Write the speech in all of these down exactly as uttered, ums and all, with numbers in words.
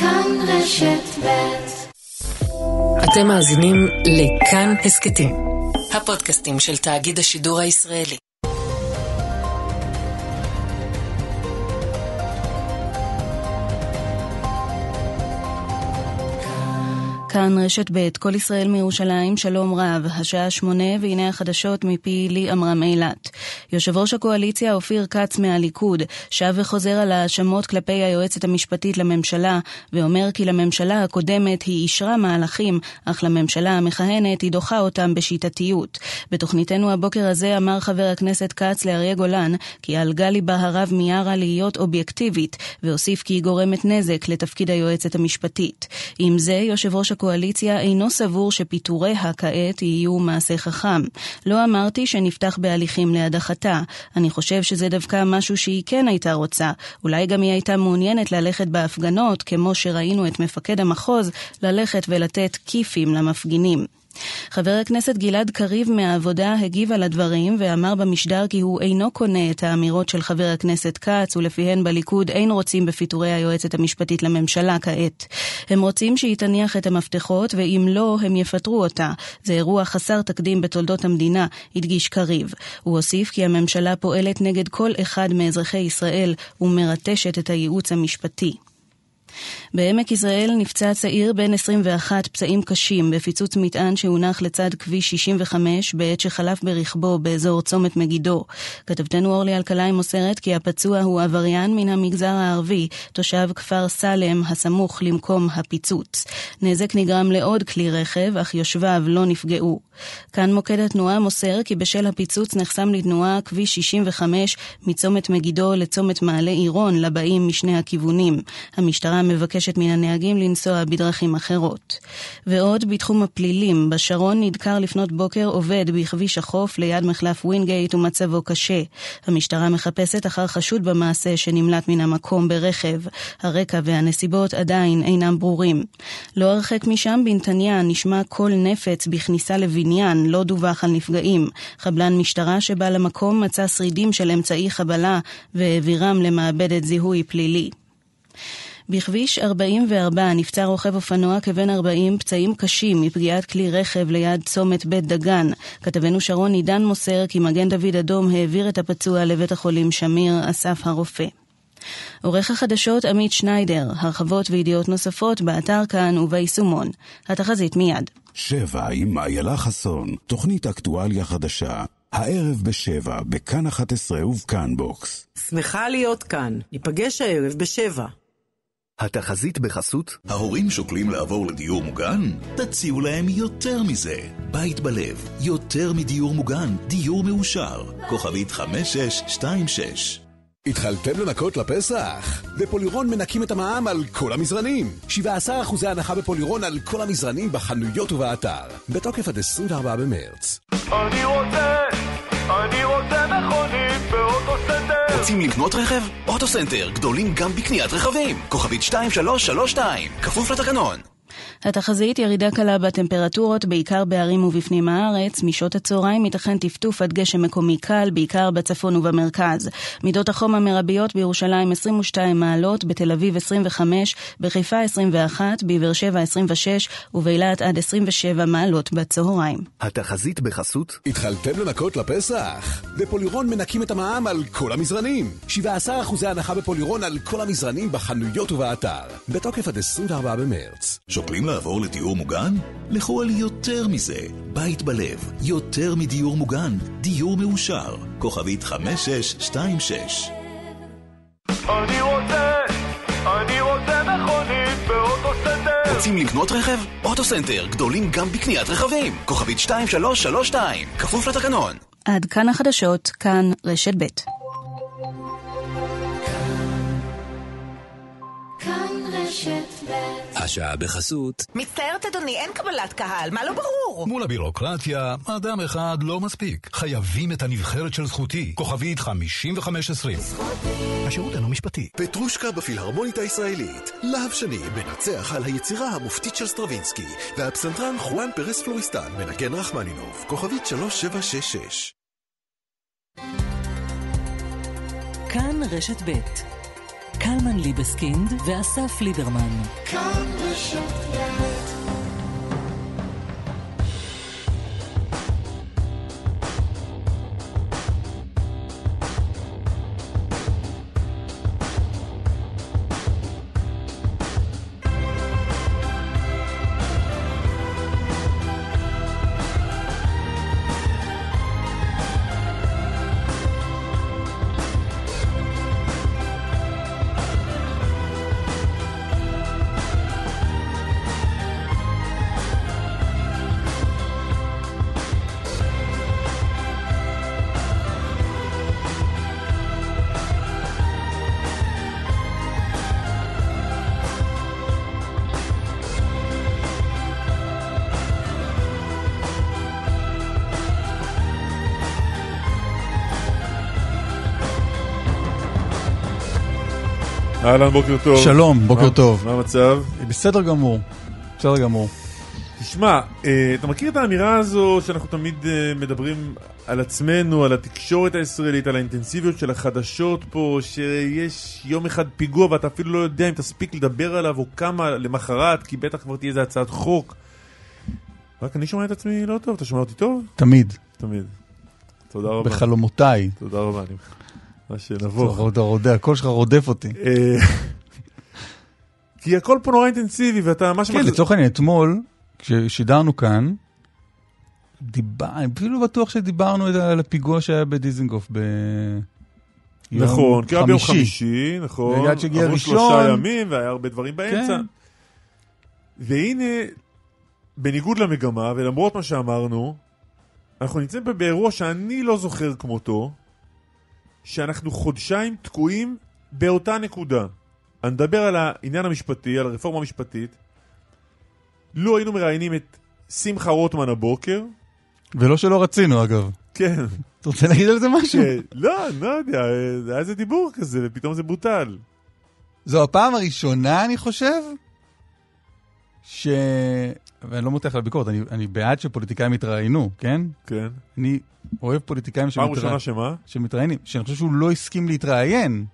כאן רשת ב'. אתם מאזינים לכאן הסקטים, הפודקאסטים של תאגיד השידור הישראלי. כאן רשת ב', כל ישראל מירושלים, שלום רב, השעה שמונה והנה החדשות מפי לי אמרם אילת. יושב ראש הקואליציה אופיר כץ מהליכוד שב וחוזר על האשמות כלפי היועצת המשפטית לממשלה, ואומר כי לממשלה הקודמת היא אישרה מהלכים, אך לממשלה המכהנת היא דוחה אותם בשיטתיות. בתוכניתנו הבוקר הזה אמר חבר הכנסת כץ לאריה גולן כי על גלי בהרב מיארה להיות אובייקטיבית, והוסיף כי היא גורמת נזק לתפקיד היועצת המשפטית. עם זה יושב ראש הקואליציה אינו סבור שפיטוריה כעת יהיו מעשה חכם. לא אמרתי שנפתח בהליכים להדחתה. אני חושב שזה דווקא משהו שהיא כן הייתה רוצה. אולי גם היא הייתה מעוניינת ללכת בהפגנות, כמו שראינו את מפקד המחוז ללכת ולתת כיפים למפגינים. חבר הכנסת גלעד קריב מהעבודה הגיב על הדברים ואמר במשדר כי הוא אינו קונה את האמירות של חבר הכנסת כץ, ולפיהן בליכוד אין רוצים בפיטורי היועצת המשפטית לממשלה כעת. הם רוצים שהיא תניח את המפתחות, ואם לא הם יפטרו אותה. זה אירוע חסר תקדים בתולדות המדינה, הדגיש קריב. הוא הוסיף כי הממשלה פועלת נגד כל אחד מאזרחי ישראל ומרטשת את הייעוץ המשפטי. בעמק יזרעאל נפצע צעיר בן עשרים ואחת פצעים קשים בפיצוץ מטען שהונח לצד כביש שישים וחמש בעת שחלף ברכבו באזור צומת מגידו. כתבתנו אורלי אלקלעי מוסרת כי הפצוע הוא עבריין מן המגזר הערבי, תושב כפר סלם הסמוך למקום הפיצוץ. נזק נגרם לעוד כלי רכב, אך יושביו לא נפגעו. כאן מוקד התנועה מוסר כי בשל הפיצוץ נחסם לתנועה כביש שישים וחמש מצומת מגידו לצומת מעלה עירון לבאים משני הכיוונים. המשטרה מבקשת מן הנהגים לנסוע בדרכים אחרות. ועוד בתחום הפלילים, בשרון נדקר לפנות בוקר עובד בכביש החוף ליד מחלף ווינגייט ומצבו קשה. המשטרה מחפשת אחר חשוד במעשה שנמלט מן המקום ברכב. הרקע והנסיבות עדיין אינם ברורים. לא הרחק משם בנתניה נשמע קול נפץ בכניסה לבניין, לא דווח על נפגעים. חבלן משטרה שבא למקום מצא שרידים של אמצעי חבלה והעבירם למעבדת זיהוי פלילי. בכביש ארבעים וארבע נפצע רוכב אופנוע כבן ארבעים פצעים קשים מפגיעת כלי רכב ליד צומת בית דגן. כתבנו שרון עידן מוסר כי מגן דוד אדום העביר את הפצוע לבית החולים שמיר, אסף הרופא. עורך החדשות עמית שניידר, הרחבות וידיעות נוספות באתר כאן וביישומון. התחזית מיד. שבע עם איילה חסון, תוכנית אקטואליה חדשה. הערב בשבע, בכאן אחת עשרה ובכאן בוקס. שמחה להיות כאן. ניפגש הערב בשבע. התחזית בחסות? ההורים שוקלים לעבור לדיור מוגן? תציעו להם יותר מזה. בית בלב, יותר מדיור מוגן, דיור מאושר. כוכבית חמש שש שתיים שש. התחלתם לנקות לפסח? בפולירון מנקים את המע"מ על כל המזרנים. שבעה עשר אחוז הנחה בפולירון על כל המזרנים בחנויות ובאתר. בתוקף עד עשרים וארבעה במרץ. אני רוצה, אני רוצה מכונית באוטוסנטר. רוצים לקנות רכב? אוטוסנטר, גדולים גם בקניית רכבים. כוכבית שתיים שלוש שלוש שתיים, כפוף לתקנון. התחזית ירידה קלה בטמפרטורות בעיקר בערים ובפנים הארץ. משעות הצהריים ייתכן טפטוף עד גשם מקומי קל בעיקר בצפון ובמרכז. מידות החום המרביות בירושלים עשרים ושתיים מעלות, בתל אביב עשרים וחמש, בחיפה עשרים ואחת, בבאר שבע עשרים ושש ובאילת עד עשרים ושבע מעלות בצהריים. התחזית בחסות? התחלתם לנקות לפסח? בפולירון מנקים את המע"מ על כל המזרנים. שבעה עשר אחוז הנחה בפולירון על כל המזרנים בחנויות ובאתר. בתוקף עד עשרים וארבעה במרץ. שוקלים לעבור לדיור מוגן? לכו על יותר מזה. בית בלב, יותר מדיור מוגן, דיור מאושר. כוכבית חמש שש שתיים שש. אני רוצה, אני רוצה מכונית באוטוסנטר. רוצים לקנות רכב? אוטוסנטר, גדולים גם בקניית רכבים. כוכבית שתיים שלוש שלוש שתיים, כפוף לתקנון. עד כאן החדשות, כאן רשת ב'. כאן רשת ב'. השעה בחסות. מצטערת אדוני, אין קבלת קהל, מה לא ברור? מול הבירוקרטיה, אדם אחד לא מספיק. חייבים את הנבחרת של זכותי. כוכבית חמישים וחמש עשרים. השירות אינו משפטי. פטרושקה בפילהרמונית הישראלית. להב שני מנצח על היצירה המופתית של סטרווינסקי. והפסנתרן חואן פרס פלוריסטן מנגן רחמנינוב. כוכבית שלוש שבע שש שש. כאן רשת ב'. קלמן ליבסקינד ואסף ליברמן. כאן רשת ב'. אהלן, בוקר טוב. שלום, בוקר מה, טוב. מה המצב? בסדר גמור, בסדר גמור. תשמע, אתה מכיר את האמירה הזו שאנחנו תמיד מדברים על עצמנו, על התקשורת הישראלית, על האינטנסיביות של החדשות פה, שיש יום אחד פיגוע ואתה אפילו לא יודע אם תספיק לדבר עליו או כמה למחרת, כי בטח כבר תהיה איזה הצעת חוק. רק אני שומע את עצמי לא טוב, אתה שומע אותי טוב? תמיד. תמיד. תודה רבה. בחלומותיי. תודה רבה, אני... מה שנבוך. אתה רודף, הכל שלך רודף אותי. כי הכל פה נורא אינטנסיבי, ואתה... כן, לצורך העניין, אתמול, כששידרנו כאן, אני אפילו בטוח שדיברנו על הפיגוע שהיה בדיזנגוף ביום חמישי. נכון, כי היה ביום חמישי, נכון. ועד שהגיע ראשון. שלושה ימים, והיה הרבה דברים באמצע. והנה, בניגוד למגמה, ולמרות מה שאמרנו, אנחנו נמצאים באירוע שאני לא זוכר כמותו, שאנחנו חודשיים תקועים באותה נקודה. אני מדבר על העניין המשפטי, על הרפורמה המשפטית. לא היינו מראיינים את שמחה רוטמן הבוקר. ולא שלא רצינו, אגב. כן. אתה רוצה להגיד על זה משהו? כן. לא, אני לא יודע. היה איזה דיבור כזה, ופתאום זה בוטל. זו הפעם הראשונה, אני חושב, ש... ואני לא מותח לביקורת, אני, אני בעד שפוליטיקאים יתראיינו, כן? כן. אני אוהב פוליטיקאים פעם ראשונה שמה? שמתראיינים, שאני חושב שהוא לא הסכים להתראיין.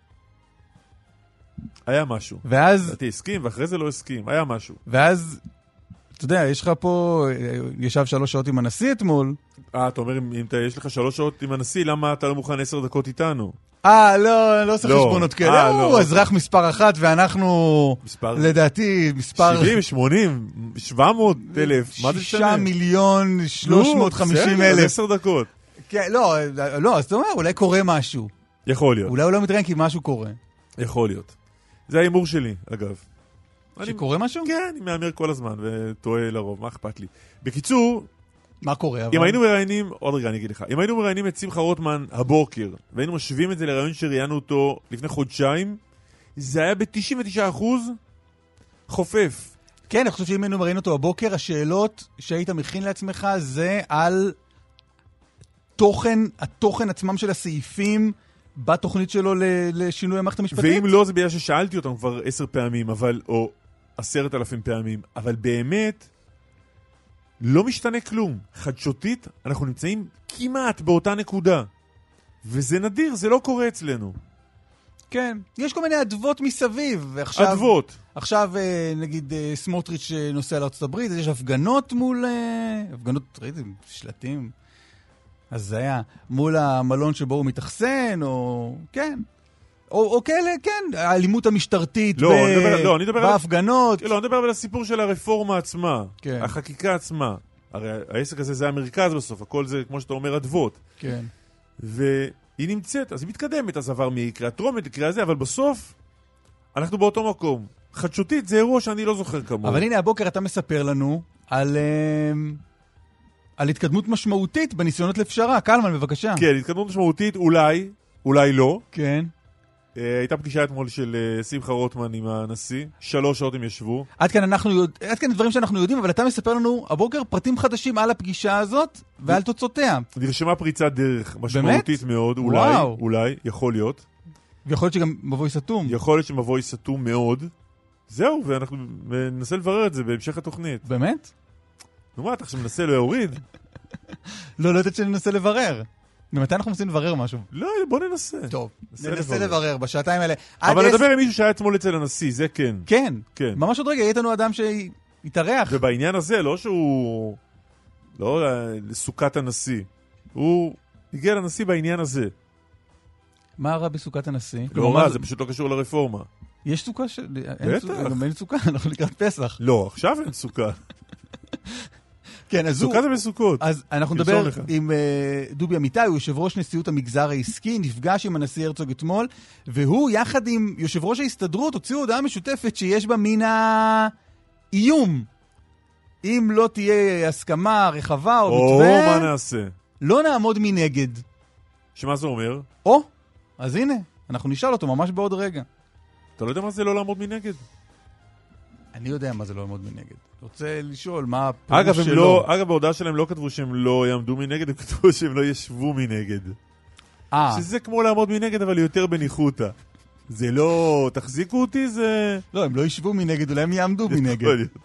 היה משהו. ואז... אתה הסכים, ואחרי זה לא הסכים. היה משהו. ואז, אתה יודע, יש לך פה, ישב שלוש שעות עם הנשיא אתמול. אה, אתה אומר, אם אתה, יש לך שלוש שעות עם הנשיא, למה אתה לא מוכן עשר דקות איתנו? אה, לא, לא עושה חשבונות כאלה. הוא אזרח מספר אחת, ואנחנו, לדעתי, מספר... שבעים, שמונים, שבע מאות אלף, מה זה שנה? שישה מיליון, שלוש מאות וחמישים אלף. עשר דקות. לא, לא, אז אתה אומר, אולי קורה משהו. יכול להיות. אולי הוא לא מתראיין כי משהו קורה. יכול להיות. זה האימור שלי, אגב. שקורה משהו? כן, אני מאמר כל הזמן, וטועה לרוב, מה אכפת לי? בקיצור... מה קורה? אבל... אם היינו מראיינים, עוד רגע אני אגיד לך, אם היינו מראיינים את שמחה רוטמן הבוקר, והיינו משווים את זה לראיון שראיינו אותו לפני חודשיים, זה היה ב-תשעים ותשעה אחוז חופף. כן, אני חושב שאם היינו מראיינו אותו הבוקר, השאלות שהיית מכין לעצמך זה על תוכן, התוכן עצמם של הסעיפים בתוכנית שלו לשינוי המערכת המשפטית. ואם לא, זה בגלל ששאלתי אותם כבר עשר פעמים, אבל, או עשרת אלפים פעמים, אבל באמת... לא משתנה כלום. חדשותית, אנחנו נמצאים כמעט באותה נקודה. וזה נדיר, זה לא קורה אצלנו. כן. יש כל מיני אדוות מסביב. ועכשיו, אדוות. עכשיו, נגיד, סמוטריץ' נוסע לארצות הברית, יש הפגנות מול... הפגנות, ראיתם, שלטים. אז זה היה מול המלון שבו הוא מתאכסן, או... כן. או, או כאלה, כן. האלימות המשטרתית לא, ב... אני מדבר, לא, אני מדבר בהפגנות. על... לא, אני מדבר על הסיפור של הרפורמה עצמה. כן. החקיקה עצמה. הרי העסק הזה זה המרכז בסוף. הכל זה, כמו שאתה אומר, אדוות. כן. והיא נמצאת, אז היא מתקדמת, אז עבר מקריאה טרומית לקריאה זה, אבל בסוף אנחנו באותו מקום. חדשותית זה אירוע שאני לא זוכר כמוהו. אבל הנה, הבוקר אתה מספר לנו על... על התקדמות משמעותית בניסיונות לפשרה. קלמן, בבקשה. כן, התקדמות משמעותית, אולי, אולי לא. כן. הייתה פגישה אתמול של שמחה רוטמן עם הנשיא, שלוש שעות הם ישבו. עד כאן אנחנו יודע... עד כאן דברים שאנחנו יודעים, אבל אתה מספר לנו הבוקר פרטים חדשים על הפגישה הזאת ועל תוצאותיה. נרשמה פריצת דרך משמעותית מאוד, אולי, אולי, יכול להיות. ויכול להיות שגם מבוי סתום. יכול להיות שמבוי סתום מאוד. זהו, ואנחנו ננסה לברר את זה בהמשך התוכנית. באמת? נו מה, אתה עכשיו מנסה להוריד? לא, לא יודעת שננסה לברר. ומתי אנחנו מנסים לברר משהו? לא, בוא ננסה. טוב, ננסה לברר בשעתיים האלה. אבל נדבר עם מישהו שהיה אתמול אצל הנשיא, זה כן. כן, כן. ממש עוד רגע, יהיה לנו אדם שיתארח. ובעניין הזה, לא שהוא... לא לסוכת הנשיא. הוא הגיע לנשיא בעניין הזה. מה רע בסוכת הנשיא? לא רע, זה פשוט לא קשור לרפורמה. יש סוכה ש... בטח. גם אין סוכה, אנחנו לקראת פסח. לא, עכשיו אין סוכה. כן, אז סוכה זה בסוכות. אז אנחנו נדבר עם דובי אמיתי, הוא יושב ראש נשיאות המגזר העסקי, נפגש עם הנשיא הרצוג אתמול, והוא יחד עם יושב ראש ההסתדרות הוציאו הודעה משותפת שיש בה מן האיום. אם לא תהיה הסכמה רחבה או מתווה... או, מה נעשה? לא נעמוד מנגד. שמה זה אומר? או, אז הנה, אנחנו נשאל אותו ממש בעוד רגע. אתה לא יודע מה זה לא לעמוד מנגד? אני יודע מה זה לא לעמוד מנגד. רוצה לשאול מה הפירוש אגב, שלו. לא, אגב, בהודעה שלהם לא כתבו שהם לא יעמדו מנגד, הם כתבו שהם לא ישבו מנגד. אה. שזה כמו לעמוד מנגד, אבל יותר בניחותא. זה לא... תחזיקו אותי, זה... לא, הם לא ישבו מנגד, אולי הם יעמדו מנגד.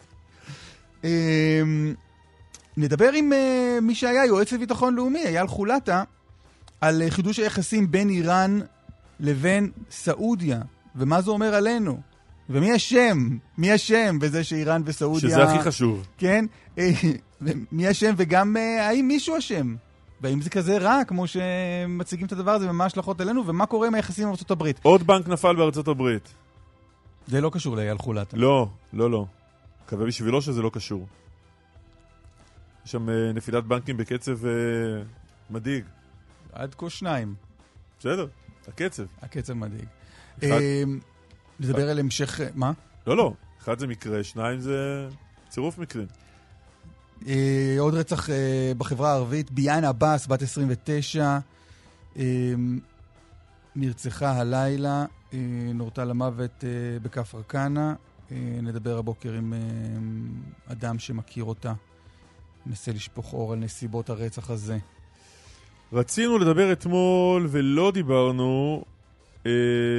נדבר עם מי שהיה יועץ לביטחון לאומי, אייל חולטה, על חידוש היחסים בין איראן לבין סעודיה, ומה זה אומר עלינו. ומי אשם? מי אשם בזה שאיראן וסעודיה... שזה הכי חשוב. כן? מי אשם וגם האם מישהו אשם? והאם זה כזה רע כמו שמציגים את הדבר הזה ומה השלכות עלינו, ומה קורה עם היחסים עם ארצות הברית? עוד בנק נפל בארצות הברית. זה לא קשור לאייל חולטה. לא, לא, לא. מקווה בשבילו שזה לא קשור. יש שם נפילת בנקים בקצב מדאיג. עד כה שניים. בסדר, הקצב. הקצב מדאיג. נדבר על המשך... מה? לא, לא. אחד זה מקרה, שניים זה צירוף מקרים. עוד רצח בחברה הערבית, ביאן אבאס, בת עשרים ותשע, נרצחה הלילה, נורתה למוות בכפר כנא. נדבר הבוקר עם אדם שמכיר אותה. ננסה לשפוך אור על נסיבות הרצח הזה. רצינו לדבר אתמול ולא דיברנו אה,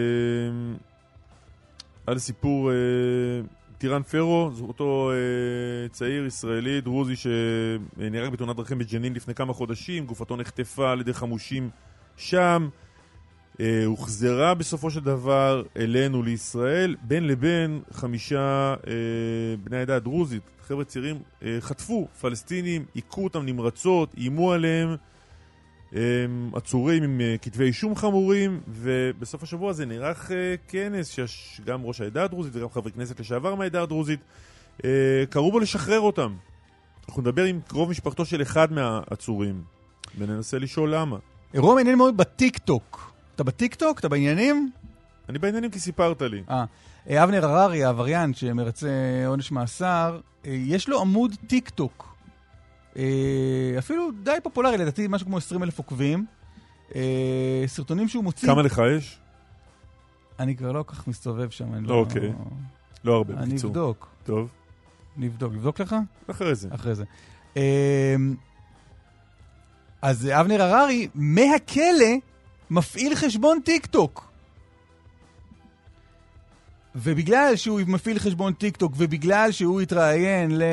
על סיפור אה, טירן פרו, זה אותו אה, צעיר ישראלי דרוזי שנהרג בתאונת דרכים בג'נין לפני כמה חודשים, גופתו נחטפה על ידי חמושים שם, אה, הוחזרה בסופו של דבר אלינו לישראל, בין לבין חמישה אה, בני העדה הדרוזית, חבר'ה צעירים, אה, חטפו פלסטינים, עיקו אותם נמרצות, אימו עליהם, הם עצורים עם כתבי אישום חמורים, ובסוף השבוע הזה נערך כנס שיש גם ראש העדה הדרוזית וגם חברי כנסת לשעבר מהעדה הדרוזית, קראו בו לשחרר אותם. אנחנו נדבר עם קרוב משפחתו של אחד מהעצורים וננסה לשאול למה. אירוע מעניין מאוד בטיק-טוק. אתה בטיק-טוק? אתה בעניינים? אני בעניינים כי סיפרת לי. אה, אבנר הררי, העבריין שמרצה עונש מאסר, יש לו עמוד טיק-טוק. אפילו די פופולרי, לדעתי משהו כמו עשרים אלף עוקבים. סרטונים שהוא מוציא. כמה לך יש? אני כבר לא כך מסתובב שם. אוקיי. לא הרבה, אני אבדוק. טוב. נבדוק. לבדוק לך? אחרי זה. אחרי זה. אז אבנר הררי מהכלא מפעיל חשבון טיק-טוק. ובגלל שהוא מפעיל חשבון טיק-טוק, ובגלל שהוא התראיין ל...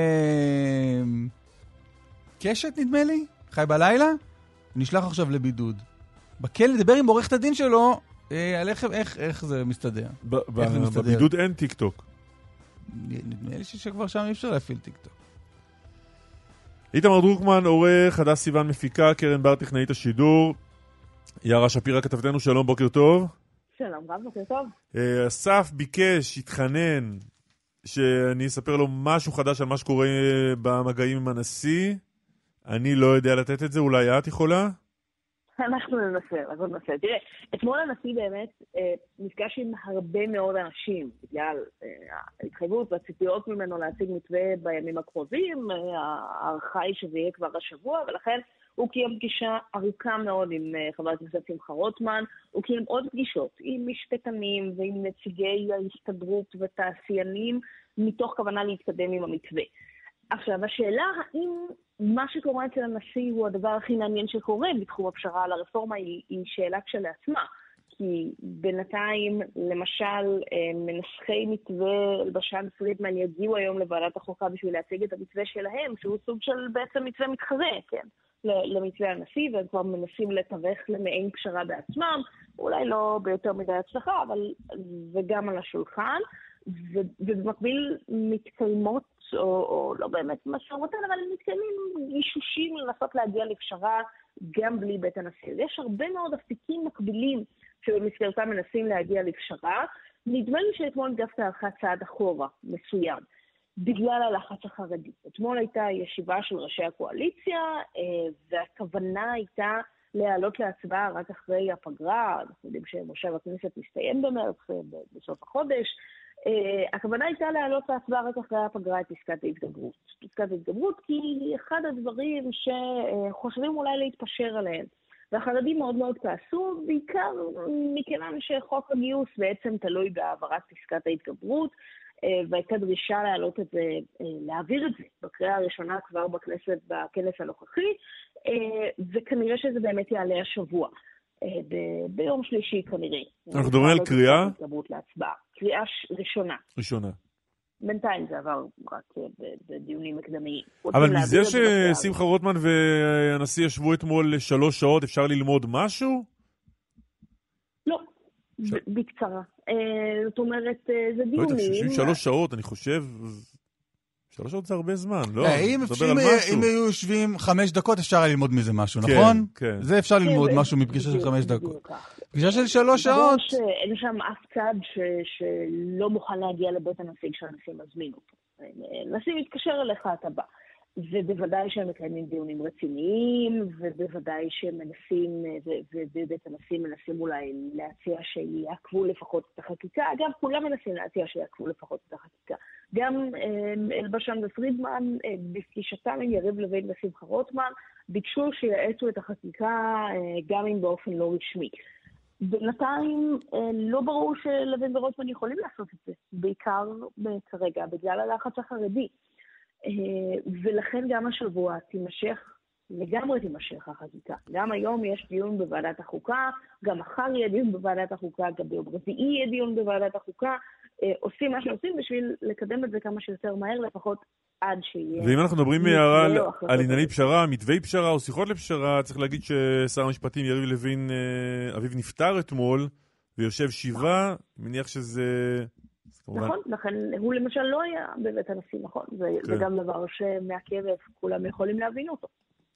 קשת נדמה לי? חי בלילה? נשלח עכשיו לבידוד. בכלא לדבר עם עורכת הדין שלו אה, על איך, איך, איך זה מסתדר. ב- ב- איך זה מסתדר. בבידוד אין טיק-טוק. נדמה לי שכבר שם אי אפשר להפעיל טיק-טוק. איתמר דרוקמן, עורך, הדס סיוון מפיקה, קרן בר טכנאית השידור, יערה שפירא כתבתנו, שלום, בוקר טוב. שלום, רב, בוקר טוב. אה, אסף ביקש, התחנן, שאני אספר לו משהו חדש על מה שקורה במגעים עם הנשיא. אני לא יודע לתת את זה, אולי את יכולה? אנחנו ננסה, אנחנו ננסה. תראה, אתמול הנשיא באמת אה, נפגש עם הרבה מאוד אנשים, בגלל אה, ההתחייבות והציפיות ממנו להציג מתווה בימים הקרובים, אה, הערכה היא שזה יהיה כבר השבוע, ולכן הוא קיים פגישה ארוכה מאוד עם אה, חבר הכנסת שמחה רוטמן, הוא קיים עוד פגישות עם משפטנים ועם נציגי ההסתדרות ותעשיינים, מתוך כוונה להתקדם עם המתווה. עכשיו, השאלה האם מה שקורה אצל הנשיא הוא הדבר הכי מעניין שקורה בתחום הפשרה על הרפורמה היא, היא שאלה כשלעצמה. כי בינתיים, למשל, מנסחי מתווה אלבשן פרידמן יגיעו היום לוועדת החוקה בשביל להציג את המתווה שלהם, שהוא סוג של בעצם מתווה מתחרה, כן? למתווה הנשיא, והם כבר מנסים לתווך למעין פשרה בעצמם, אולי לא ביותר מדי הצלחה, אבל זה גם על השולחן, ובמקביל מתקיימות, או, או לא באמת משמעותן, אבל מתקיימים אישושים לנסות להגיע לפשרה גם בלי בית הנשיא. יש הרבה מאוד אפיקים מקבילים שבמסגרתם מנסים להגיע לפשרה. נדמה לי שאתמול דווקא הלכה צעד אחורה מסוים, בגלל הלחץ החרדי. אתמול הייתה ישיבה של ראשי הקואליציה, והכוונה הייתה להעלות להצבעה רק אחרי הפגרה. אנחנו יודעים שמושב הכנסת מסתיים במרץ, בסוף החודש. הכוונה הייתה להעלות להצבעה רק אחרי הפגרה את פסקת ההתגברות. פסקת ההתגברות כי היא אחד הדברים שחושבים אולי להתפשר עליהם. והחרדים מאוד מאוד כעסו, בעיקר מכיוון שחוק הגיוס בעצם תלוי בהעברת פסקת ההתגברות, והייתה דרישה להעלות את זה, להעביר את זה בקריאה הראשונה כבר בכנסת, בכנס הנוכחי, וכנראה שזה באמת יעלה השבוע, ב- ביום שלישי כנראה. אנחנו מדברים על קריאה? קריאה ראשונה. ראשונה. בינתיים זה עבר רק בדיונים מקדמיים. אבל מזה ששמחה רוטמן והנשיא ישבו אתמול שלוש שעות, אפשר ללמוד משהו? לא, בקצרה. זאת אומרת, זה דיונים. לא, אתם חושבים שלוש שעות, אני חושב... שלוש שעות זה הרבה זמן, לא? אם היו יושבים חמש דקות, אפשר ללמוד מזה משהו, נכון? כן. זה אפשר ללמוד משהו מפגישה של חמש דקות. פגישה של שלוש שעות. אין שם אף צד שלא מוכן להגיע לבית הנשיא כשהנשיא מזמין אותו. הנשיא מתקשר אליך, אתה בא. ובוודאי שהם מקיימים דיונים רציניים, ובוודאי שהם מנסים, ובבית הנשיא מנסים אולי להציע שיעקבו לפחות את החקיקה. אגב, כולם מנסים להציע שיעקבו לפחות את החקיקה. גם אלבשן ופרידמן, בפגישתם עם יריב לוין ושמחה רוטמן, ביקשו שיעצו את החקיקה גם אם באופן לא רשמי. בינתיים לא ברור שלוין ורוטמן יכולים לעשות את זה, בעיקר כרגע, בגלל הלחץ החרדי. ולכן גם השבוע תימשך, לגמרי תימשך החקיקה. גם היום יש דיון בוועדת החוקה, גם מחר יהיה דיון בוועדת החוקה, גם ביום רביעי יהיה דיון בוועדת החוקה. עושים מה שעושים בשביל לקדם את זה כמה שיותר מהר, לפחות עד שיהיה... ואם אנחנו מדברים מהערה על, על ענייני פשרה, מתווי פשרה או שיחות לפשרה, צריך להגיד ששר המשפטים יריב לוין, אביו נפטר אתמול, ויושב שבעה, מניח שזה... נכון, לכן הוא למשל לא היה בבית הנשיא, נכון? זה, כן. זה גם דבר שמעכב, כולם יכולים להבין אותו.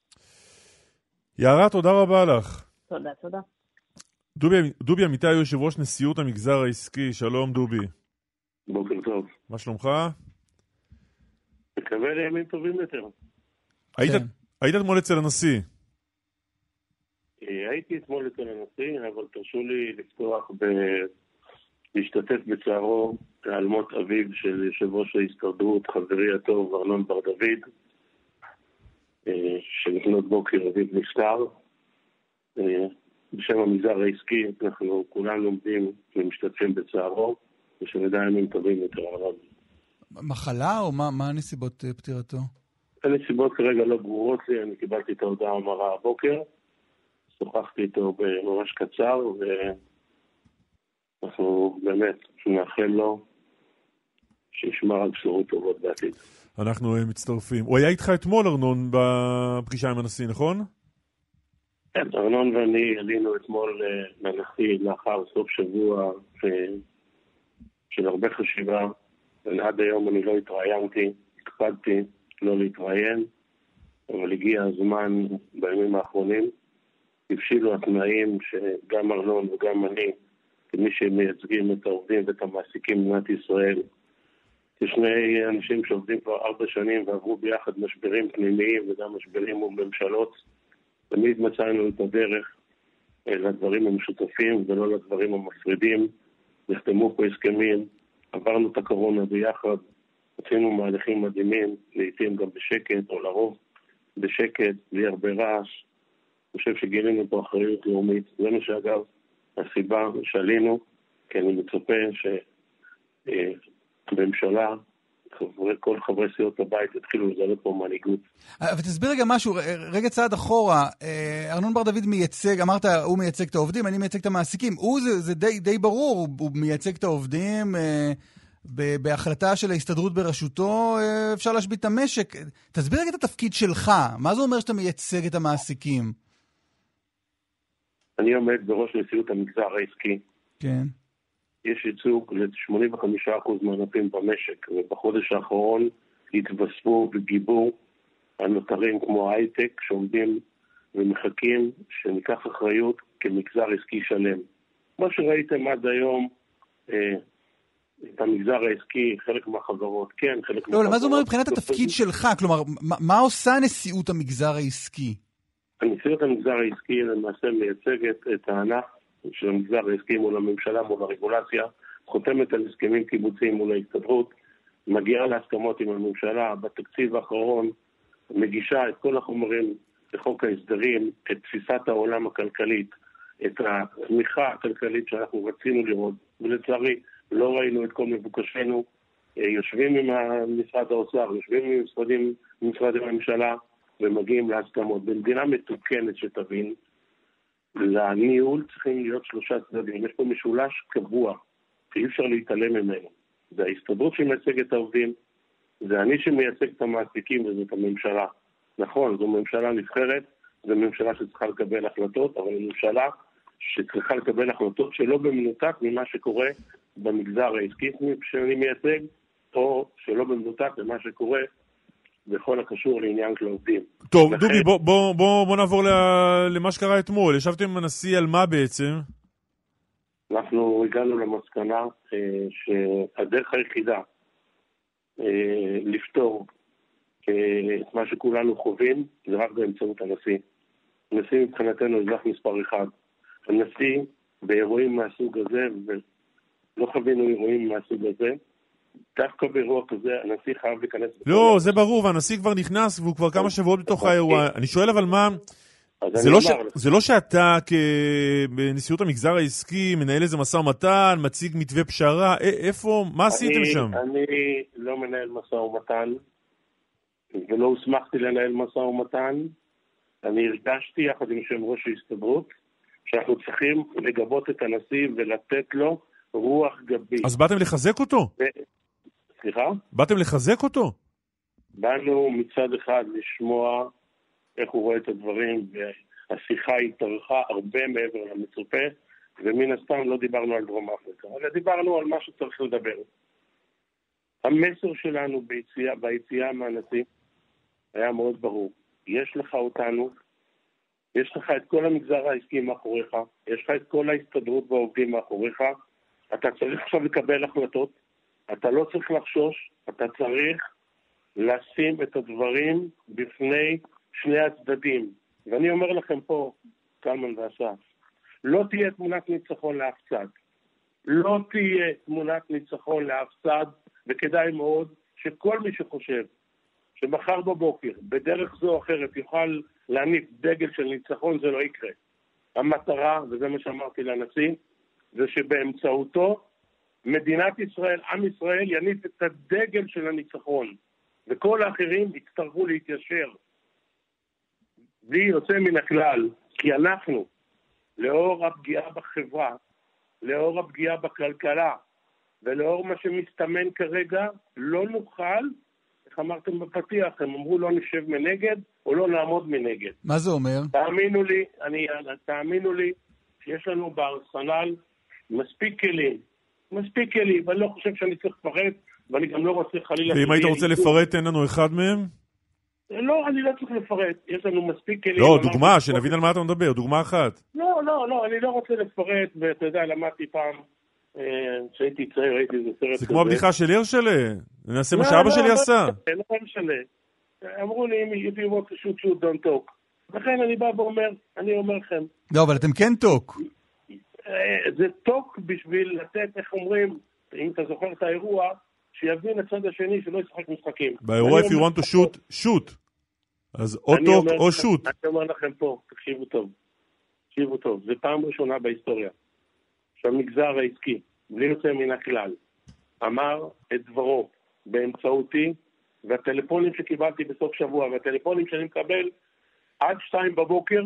יערה, תודה רבה לך. תודה, תודה. דובי, דובי אמיתי, יושב ראש נשיאות המגזר העסקי, שלום דובי. בוקר טוב. מה שלומך? מקווה לימים טובים יותר. היית, כן. היית אתמול אצל הנשיא? הייתי אתמול אצל הנשיא, אבל תרשו לי לפתוח ב... להשתתף בצערו על מות אביו של יושב ראש ההסתדרות, חברי הטוב ארנון בר דוד, שלפנות בוקר אביו נפטר. בשם המגזר העסקי אנחנו כולנו עומדים ומשתתפים בצערו, ושנדע ימים טובים יותר. מחלה או מה, מה הנסיבות פטירתו? הנסיבות כרגע לא ברורות לי, אני קיבלתי את ההודעה המרה הבוקר, שוחחתי איתו בממש קצר, ו... אנחנו באמת נאחל לו שישמע רק בשורות טובות בעתיד. אנחנו מצטרפים. הוא היה איתך אתמול, ארנון, בפגישה עם הנשיא, נכון? כן, ארנון ואני עלינו אתמול לנשיא לאחר סוף שבוע של הרבה חשיבה, ועד היום אני לא התראיינתי, הקפדתי לא להתראיין, אבל הגיע הזמן בימים האחרונים, הבשילו התנאים שגם ארנון וגם אני, כמי שמייצגים את העובדים ואת המעסיקים במדינת ישראל, כשני אנשים שעובדים כבר ארבע שנים ועברו ביחד משברים פנימיים וגם משברים מול ממשלות, תמיד מצאנו את הדרך לדברים המשותפים ולא לדברים המפרידים. נחתמו פה הסכמים, עברנו את הקורונה ביחד, עשינו מהלכים מדהימים, לעתים גם בשקט או לרוב בשקט, בלי הרבה רעש. אני חושב שגילינו פה אחריות לאומית. זה מה שאגב הסיבה שעלינו, כי אני מצפה שהממשלה, כל חברי סיעות הבית התחילו לזלות פה מנהיגות. ותסביר רגע משהו, רגע צעד אחורה, ארנון בר דוד מייצג, אמרת הוא מייצג את העובדים, אני מייצג את המעסיקים, הוא זה, זה די, די ברור, הוא מייצג את העובדים, בהחלטה של ההסתדרות בראשותו אפשר להשבית את המשק. תסביר את התפקיד שלך. מה זה אומר שאתה מייצג את המעסיקים? אני עומד בראש נשיאות המגזר העסקי. כן. יש ייצוג ל-שמונים וחמישה אחוז מהענפים במשק, ובחודש האחרון התווספו וגיבו הנותרים כמו הייטק שעומדים ומחכים שניקח אחריות כמגזר עסקי שלם. כמו שראיתם עד היום, אה, את המגזר העסקי, חלק מהחברות, כן, חלק לא, מהחברות. מה זה אומר מבחינת התפקיד שלך? כלומר, מה, מה עושה נשיאות המגזר העסקי? נשיאות המגזר העסקי למעשה מייצגת את הענף של המגזר העסקי מול הממשלה, מול הרגולציה, חותמת על הסכמים קיבוציים מול ההסתדרות, מגיעה להסכמות עם הממשלה, בתקציב האחרון מגישה את כל החומרים לחוק ההסדרים, את תפיסת העולם הכלכלית, את התמיכה הכלכלית שאנחנו רצינו לראות, ולצערי לא ראינו את כל מבוקשנו, יושבים עם משרד האוצר, יושבים עם משרדים, משרדי הממשלה, ומגיעים להסכמות. במדינה מתוקנת שתבין, לניהול צריכים להיות שלושה צדדים. יש פה משולש קבוע, שאי אפשר להתעלם ממנו. זה ההסתדרות שמייצג את העובדים, זה אני שמייצג את המעסיקים וזאת הממשלה. נכון, זו ממשלה נבחרת, זו ממשלה שצריכה לקבל החלטות, אבל זו ממשלה שצריכה לקבל החלטות שלא במנותק ממה שקורה במגזר העסקי שאני מייצג, או שלא במנותק ממה שקורה בכל הקשור לעניין של העובדים. טוב, לכן... דובי, בוא, בוא, בוא, בוא נעבור למה שקרה אתמול. ישבתם עם הנשיא על מה בעצם? אנחנו הגענו למסקנה אה, שהדרך היחידה אה, לפתור אה, את מה שכולנו חווים, זה רק באמצעות הנשיא. הנשיא מבחינתנו אזרח מספר אחד. הנשיא באירועים מהסוג הזה, ולא חווינו אירועים מהסוג הזה, דווקא באירוע כזה, הנשיא חייב להיכנס... לא, זה ברור, והנשיא כבר נכנס, והוא כבר כמה שבועות בתוך האירוע. אני שואל אבל מה... זה לא שאתה בנשיאות המגזר העסקי מנהל איזה משא ומתן, מציג מתווה פשרה, איפה, מה עשיתם שם? אני לא מנהל משא ומתן, ולא הוסמכתי לנהל משא ומתן. אני הרגשתי יחד עם יושב ראש ההסתדרות, שאנחנו צריכים לגבות את הנשיא ולתת לו רוח גבית. אז באתם לחזק אותו? סליחה? באתם לחזק אותו? באנו מצד אחד לשמוע איך הוא רואה את הדברים, והשיחה התארכה הרבה מעבר למצופה, ומן הסתם לא דיברנו על דרום אפריקה, אלא דיברנו על מה שצריך לדבר. המסר שלנו ביציאה, ביציאה מהנשיא היה מאוד ברור. יש לך אותנו, יש לך את כל המגזר העסקי מאחוריך, יש לך את כל ההסתדרות והעובדים מאחוריך, אתה צריך עכשיו לקבל החלטות, אתה לא צריך לחשוש, אתה צריך לשים את הדברים בפני שני הצדדים. ואני אומר לכם פה, קלמן ואסף, לא תהיה תמונת ניצחון לאף צד. לא תהיה תמונת ניצחון לאף צד, וכדאי מאוד שכל מי שחושב שמחר בבוקר, בדרך זו או אחרת, יוכל להניף דגל של ניצחון, זה לא יקרה. המטרה, וזה מה שאמרתי לנשיא, זה שבאמצעותו מדינת ישראל, עם ישראל, יניף את הדגל של הניצחון, וכל האחרים יצטרכו להתיישר. בלי יוצא מן הכלל, כי אנחנו, לאור הפגיעה בחברה, לאור הפגיעה בכלכלה, ולאור מה שמסתמן כרגע, לא נוכל, איך אמרתם בפתיח, הם אמרו לא נשב מנגד, או לא נעמוד מנגד. מה זה אומר? תאמינו לי, אני, תאמינו לי, שיש לנו בארסנל מספיק כלים, מספיק כלים, ואני לא חושב שאני צריך לפרט, ואני גם לא רוצה חלילה... ואם היית רוצה לפרט, אין לנו אחד מהם? לא, אני לא צריך לפרט, יש לנו מספיק כלים... לא, דוגמה, שנבין על מה אתה מדבר, דוגמה אחת. לא, לא, לא, אני לא רוצה לפרט, ואתה יודע, למדתי פעם, כשהייתי צעיר, הייתי איזה סרט כזה. זה כמו הבדיחה של הרשלה, נעשה מה שאבא שלי עשה. לא, לא משנה. אמרו לי, if you want to shoot, shoot, don't talk. לכן אני בא ואומר, אני אומר לכם... לא, אבל אתם כן טוק. זה טוק בשביל לתת, איך אומרים, אם אתה זוכר את האירוע, שיבין הצד השני שלא ישחק משחקים. באירוע, if you want to shoot, shoot. אז או טוק או שוט. אני אומר לכם פה, תקשיבו טוב. תקשיבו טוב. זה פעם ראשונה בהיסטוריה שהמגזר העסקי, בלי יוצא מן הכלל, אמר את דברו באמצעותי, והטלפונים שקיבלתי בסוף שבוע, והטלפונים שאני מקבל עד שתיים בבוקר,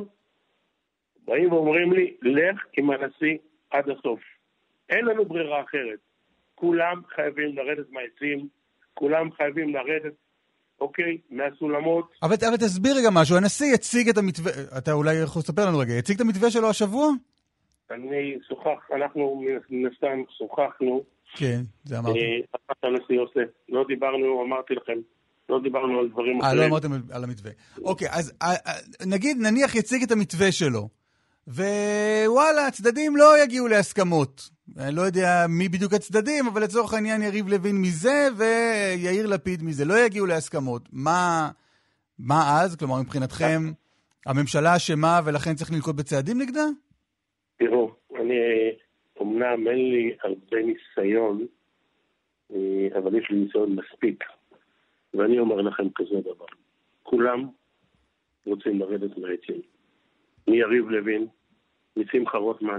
באים ואומרים לי, לך עם הנשיא עד הסוף. אין לנו ברירה אחרת. כולם חייבים לרדת מהעצים, כולם חייבים לרדת, אוקיי, מהסולמות. אבל, אבל תסביר רגע משהו, הנשיא הציג את המתווה, אתה אולי יכול לספר לנו רגע, הציג את המתווה שלו השבוע? אני שוחח, אנחנו נסתם שוחחנו. כן, זה אמרתי. אחת הנשיא עושה, לא דיברנו, אמרתי לכם, לא דיברנו על דברים אחרים. אה, לא אמרתם על המתווה. אוקיי, אז נגיד, נניח יציג את המתווה שלו, ווואלה, הצדדים לא יגיעו להסכמות. אני לא יודע מי בדיוק הצדדים, אבל לצורך העניין יריב לוין מזה, ויאיר לפיד מזה. לא יגיעו להסכמות. מה, מה אז? כלומר, מבחינתכם, הממשלה אשמה ולכן צריך לנקוט בצעדים נגדה? תראו, אני, אמנם אין לי הרבה ניסיון, אבל יש לי ניסיון מספיק. ואני אומר לכם כזה דבר. כולם רוצים לרדת מהעצים. מיריב לוין, משמחה רוטמן,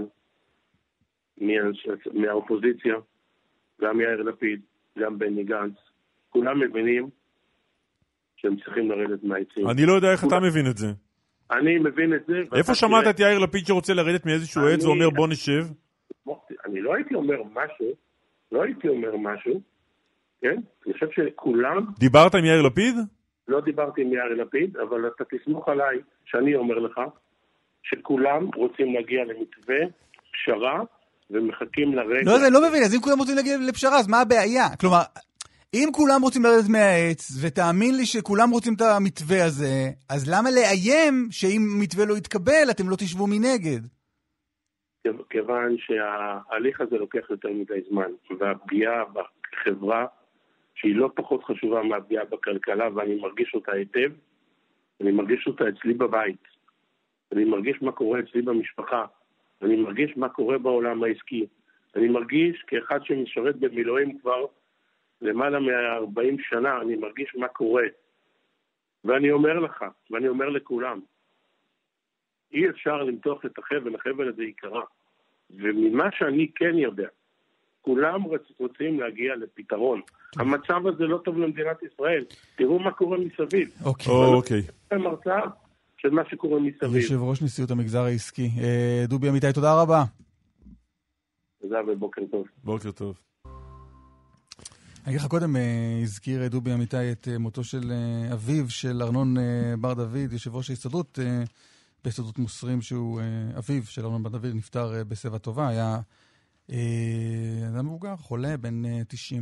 מהאופוזיציה, גם יאיר לפיד, גם בני גנץ. כולם מבינים שהם צריכים לרדת מהעצים. אני לא יודע איך אתה מבין את זה. אני מבין את זה. איפה שמעת את יאיר לפיד שרוצה לרדת מאיזשהו עץ ואומר בוא נשב? אני לא הייתי אומר משהו, לא הייתי אומר משהו, כן? אני חושב שכולם... דיברת עם יאיר לפיד? לא דיברתי עם יאיר לפיד, אבל אתה תסמוך עליי שאני אומר לך שכולם רוצים להגיע למתווה, פשרה, ומחכים לרגע... לא, אני לא מבין, אז אם כולם רוצים להגיע לפשרה, אז מה הבעיה? כלומר, אם כולם רוצים לרדת מהעץ, ותאמין לי שכולם רוצים את המתווה הזה, אז למה לאיים שאם מתווה לא יתקבל, אתם לא תשבו מנגד? כיוון שההליך הזה לוקח יותר מדי זמן, והפגיעה בחברה, שהיא לא פחות חשובה מהפגיעה בכלכלה, ואני מרגיש אותה היטב, אני מרגיש אותה אצלי בבית. אני מרגיש מה קורה אצלי במשפחה, אני מרגיש מה קורה בעולם העסקי, אני מרגיש כאחד שמשרת במילואים כבר למעלה מ-ארבעים שנה, אני מרגיש מה קורה. ואני אומר לך, ואני אומר לכולם, אי אפשר למתוח את החבל, החבל הזה יקרה. וממה שאני כן יודע, כולם רוצים להגיע לפתרון. המצב הזה לא טוב למדינת ישראל. תראו מה קורה מסביב. אוקיי. אוקיי. זה מרצאה של מה שקורה מסביב. יושב ראש נשיאות המגזר העסקי. דובי אמיתי, תודה רבה. תודה ובוקר טוב. בוקר טוב. אני אגיד לך, קודם הזכיר דובי אמיתי את מותו של אביו של ארנון בר דוד, יושב ראש ההסתדרות, בהסתדרות מוסרים שהוא אביו של ארנון בר דוד, נפטר בשיבה טובה, היה אדם מבוגר, חולה, בן תשעים.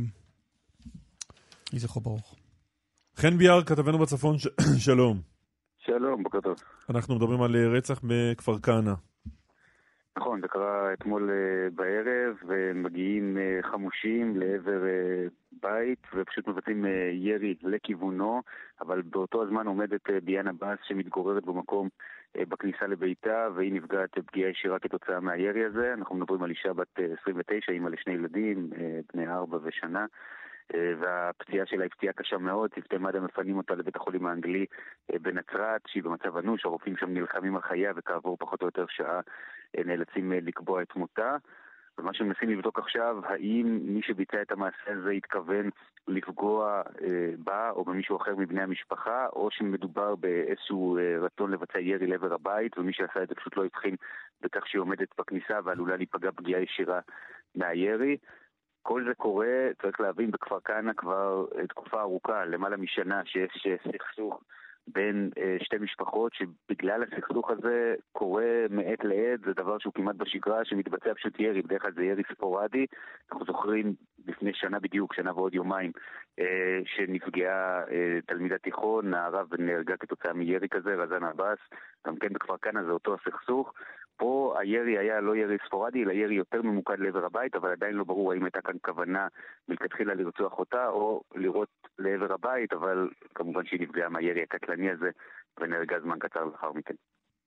יהי זכרו ברוך. חן ביאר, כתבנו בצפון, שלום. שלום, בוקר טוב. אנחנו מדברים על רצח בכפר כנא. נכון, זה קרה אתמול בערב, ומגיעים חמושים לעבר בית, ופשוט מבצעים ירי לכיוונו, אבל באותו הזמן עומדת ביאן עבאס שמתגוררת במקום בכניסה לביתה, והיא נפגעת פגיעה ישירה כתוצאה מהירי הזה. אנחנו מדברים על אישה בת עשרים ותשע, אימא לשני ילדים, בני ארבע ושנה, והפציעה שלה היא פציעה קשה מאוד. צוותי מד"א מפנים אותה לבית החולים האנגלי בנצרת, שהיא במצב אנוש, הרופאים שם נלחמים על חייה, וכעבור פחות או יותר שעה נאלצים לקבוע את מותה. ומה שמנסים לבדוק עכשיו, האם מי שביצע את המעשה הזה התכוון לפגוע אה, בה או במישהו אחר מבני המשפחה, או שמדובר באיזשהו אה, רצון לבצע ירי לעבר הבית, ומי שעשה את זה פשוט לא הבחין בכך שהיא עומדת בכניסה ועלולה להיפגע פגיעה ישירה מהירי. כל זה קורה, צריך להבין, בכפר כנא כבר אה, תקופה ארוכה, למעלה משנה, שיש אה, סכסוך בין אה, שתי משפחות, שבגלל הסכסוך הזה קורה מעת לעת, זה דבר שהוא כמעט בשגרה, שמתבצע פשוט ירי, בדרך כלל זה ירי ספורדי. אנחנו זוכרים לפני שנה בדיוק, שנה ועוד יומיים, אה, שנפגעה אה, תלמידת תיכון, נערה ונהרגה כתוצאה מירי כזה, רזן עבאס, גם כן בכפר כנא זה אותו הסכסוך. פה הירי היה לא ירי ספורדי, אלא ירי יותר ממוקד לעבר הבית, אבל עדיין לא ברור האם הייתה כאן כוונה מלכתחילה לרצוח אותה, או לראות לעבר הבית, אבל כמובן שהיא נפגעה מהירי הקטלני הזה, ונהרגה זמן קצר לאחר מכן.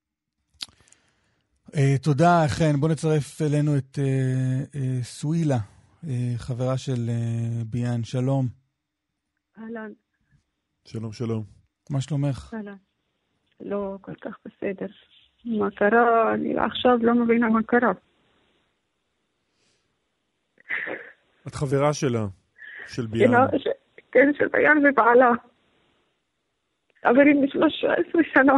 תודה, חן. בוא נצרף אלינו את סווילה, חברה של ביאן. שלום. אהלן. שלום, שלום. מה שלומך? אהלן. לא כל כך בסדר. מה קרה? אני עכשיו לא מבינה מה קרה. את חברה שלה, של ביאן. ש... כן, של ביאן ובעלה. חברים בשלוש עשרה שנה.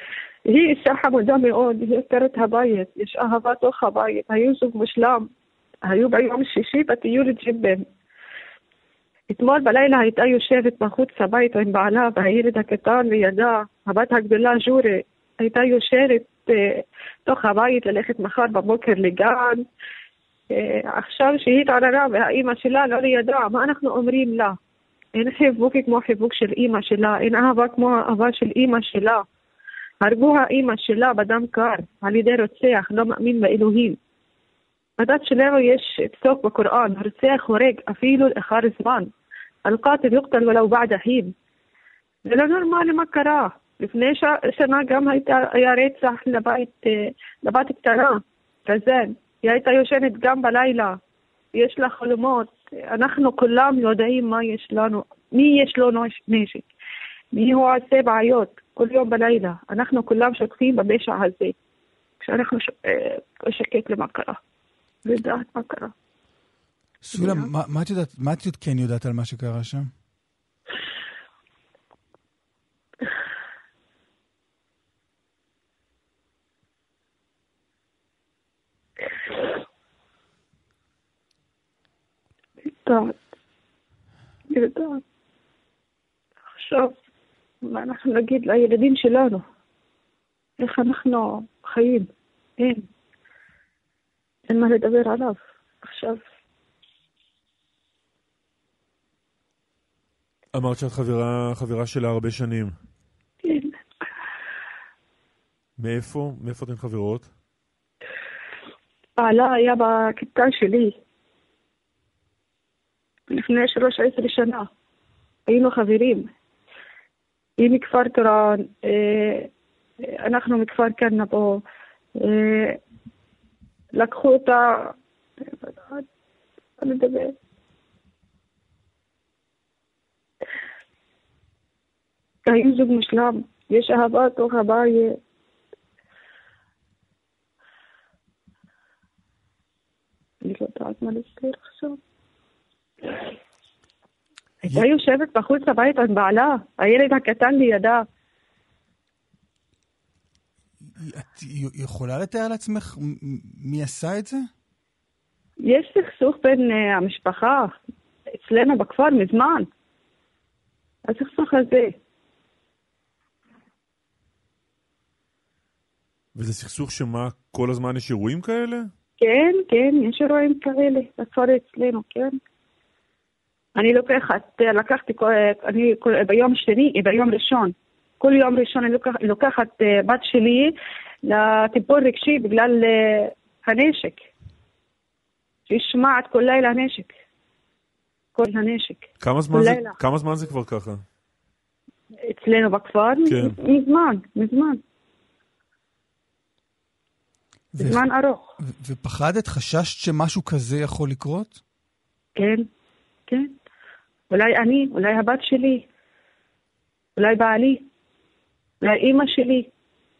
היא אישה חמודה מאוד, היא הכרת הבית, יש אהבה תוך הבית, היו זוג מושלם. היו ביום שישי בטיול ג'יבן. אתמול בלילה הייתה יושבת בחוץ הבית עם בעלה והילד הקטן לידה, הבת הגדולה ג'ורי, הייתה יושבת אה, תוך הבית ללכת מחר בבוקר לגן. אה, עכשיו שהיא התעררה והאימא שלה לא לידה, מה אנחנו אומרים לה? אין חיבוק כמו חיבוק של אימא שלה, אין אהבה כמו האהבה של אימא שלה. הרגו האימא שלה בדם קר על ידי רוצח, לא מאמין באלוהים. בדת שלנו יש פסוק בקוראן, הרוצח הורג אפילו לאחר זמן. القاتل يقتل ولو بعد حين. זה לא נורמלי מה קרה. לפני שנה גם הייתה, היה רצח לבית, לבת קטנה, רזן. היא הייתה יושנת גם בלילה. יש לה חלומות. אנחנו כולם יודעים מה יש לנו, מי יש לו נשק. מי הוא עושה בעיות כל יום בלילה. אנחנו כולם שוקפים בפשע הזה. כשאנחנו שקט למה קרה. לדעת מה קרה. סולה, מה את יודעת, מה את כן יודעת על מה שקרה שם? יודעת. יודעת. עכשיו, מה אנחנו נגיד לילדים שלנו? איך אנחנו חיים? אין. אין מה לדבר עליו. עכשיו. אמרת שאת חברה, חברה שלה הרבה שנים. כן. מאיפה? מאיפה אתן חברות? בעלה היה בכיתה שלי. לפני שלוש עשרה שנה. היינו חברים. היא מכפר טורען, אה, אנחנו מכפר קרנבו. אה, לקחו אותה... אני מדבר. היו זוג משלם, יש אהבה תוך הבית. אני לא יודעת מה לספר עכשיו. הייתה יושבת בחוץ הבית עם בעלה, הילד הקטן לידה. את יכולה לתאר לעצמך מי עשה את זה? יש סכסוך בין המשפחה, אצלנו בכפר מזמן. הסכסוך הזה. וזה סכסוך שמה, כל הזמן יש אירועים כאלה? כן, כן, יש אירועים כאלה, בכפר אצלנו, כן. אני לוקחת, לקחתי, אני ביום שני, ביום ראשון, כל יום ראשון אני לוקח, לוקחת בת שלי לטיפול רגשי בגלל הנשק. שישמע את כל לילה הנשק. כל הנשק. כמה זמן, זה, כמה זמן זה כבר ככה? אצלנו בכפר? כן. מזמן, מזמן. זמן ארוך. ופחדת, חששת שמשהו כזה יכול לקרות? כן, כן. אולי אני, אולי הבת שלי, אולי בעלי, אולי אמא שלי.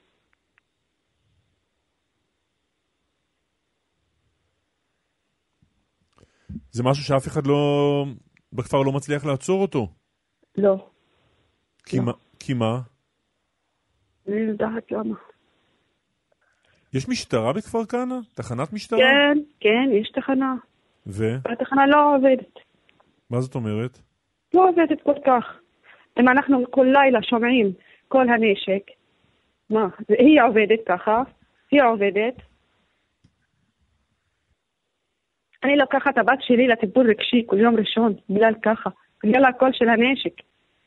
זה משהו שאף אחד לא, בכפר לא מצליח לעצור אותו? לא. כי, לא. מה, כי מה? אני יודעת למה. יש משטרה בכפר כנא? תחנת משטרה? כן, כן, יש תחנה. ו? התחנה לא עובדת. מה זאת אומרת? לא עובדת כל כך. אם אנחנו כל לילה שומעים כל הנשק, מה? היא עובדת ככה, היא עובדת. אני לוקחת את הבת שלי לטיפול רגשי כל יום ראשון, בגלל ככה, בגלל הכל של הנשק.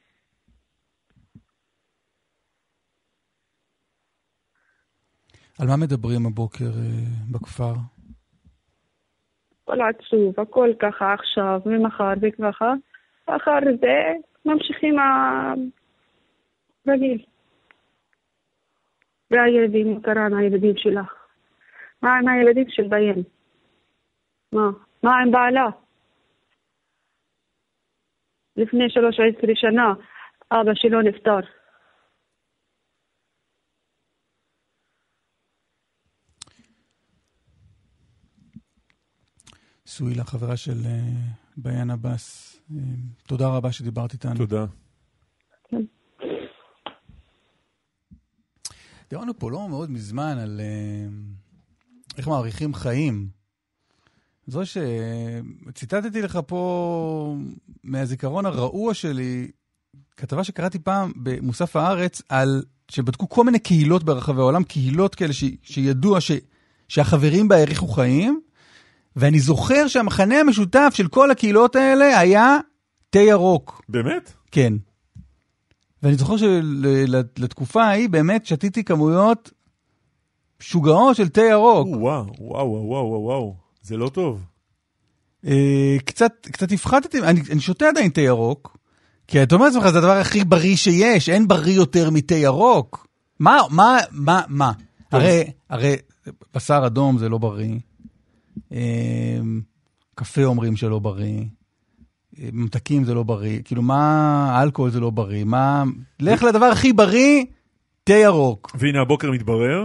על מה מדברים הבוקר אה, בכפר? הכל עצוב, הכל ככה עכשיו, ומחר וככה. אחר זה ממשיכים הרגיל. והילדים, קראנו הילדים שלה. מה עם הילדים של ביין? מה? מה עם בעלה? לפני שלוש עשרה שנה, אבא שלו נפטר. סוילה, חברה של ביין אבס, תודה רבה שדיברת איתנו. תודה. כן. דיברנו פה לא מאוד מזמן על איך מעריכים חיים. זו שציטטתי לך פה מהזיכרון הרעוע שלי, כתבה שקראתי פעם במוסף הארץ, על שבדקו כל מיני קהילות ברחבי העולם, קהילות כאלה ש, שידוע ש, שהחברים בה העריכו חיים, ואני זוכר שהמחנה המשותף של כל הקהילות האלה היה תה ירוק. באמת? כן. ואני זוכר שלתקופה ההיא באמת שתיתי כמויות שוגעות של תה ירוק. וואו, וואו, וואו, וואו, וואו. זה לא טוב. אה, קצת, קצת הפחדתי, אני, אני שותה עדיין תה ירוק, כי אתה אומר לעצמך, זה הדבר הכי בריא שיש, אין בריא יותר מתה ירוק. מה, מה, מה, מה? הרי, הרי בשר אדום זה לא בריא, אה, קפה אומרים שלא בריא, ממתקים זה לא בריא, כאילו מה, אלכוהול זה לא בריא, מה, לך לדבר הכי בריא, תה ירוק. והנה הבוקר מתברר?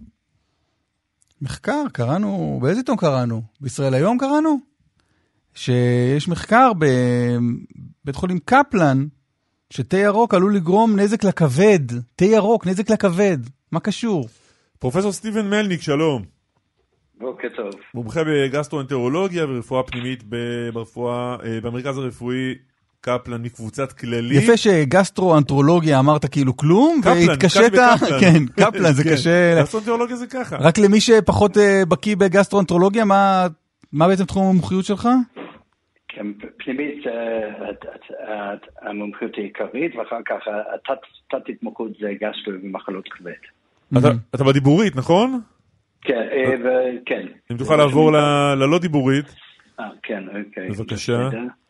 מחקר, קראנו, באיזה עיתון קראנו? בישראל היום קראנו? שיש מחקר בבית חולים קפלן, שתה ירוק עלול לגרום נזק לכבד. תה ירוק, נזק לכבד. מה קשור? פרופסור סטיבן מלניק, שלום. בוקר טוב. מומחה בגסטרואנטרולוגיה ורפואה פנימית ברפואה, במרכז הרפואי קפלן מקבוצת כללי. יפה שגסטרואנטרולוגיה אמרת כאילו כלום, והתקשת, כן, קפלן זה קשה. גסטרואנטרולוגיה זה ככה. רק למי שפחות בקיא בגסטרואנטרולוגיה, מה, מה בעצם תחום המומחיות שלך? פנימית המומחיות העיקרית, ואחר כך התת התמחות זה גסטרו ומחלות כבד. אתה בדיבורית, נכון? כן, כן. אם תוכל לעבור ללא דיבורית. כן, אוקיי. בבקשה.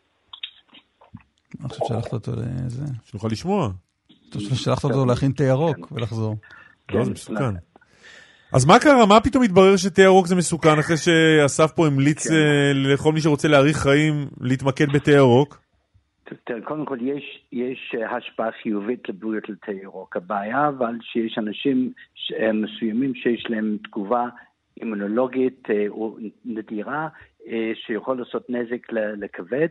עכשיו שלחת אותו לזה. שנוכל לשמוע. שלחת אותו להכין תה ירוק ולחזור. לא, זה מסוכן. אז מה קרה? מה פתאום התברר שתה ירוק זה מסוכן, אחרי שאסף פה המליץ לכל מי שרוצה להאריך חיים להתמקד בתה ירוק? קודם כל יש השפעה חיובית לבריאות לתה ירוק. הבעיה אבל שיש אנשים מסוימים שיש להם תגובה אימונולוגית או נדירה שיכול לעשות נזק לכבד.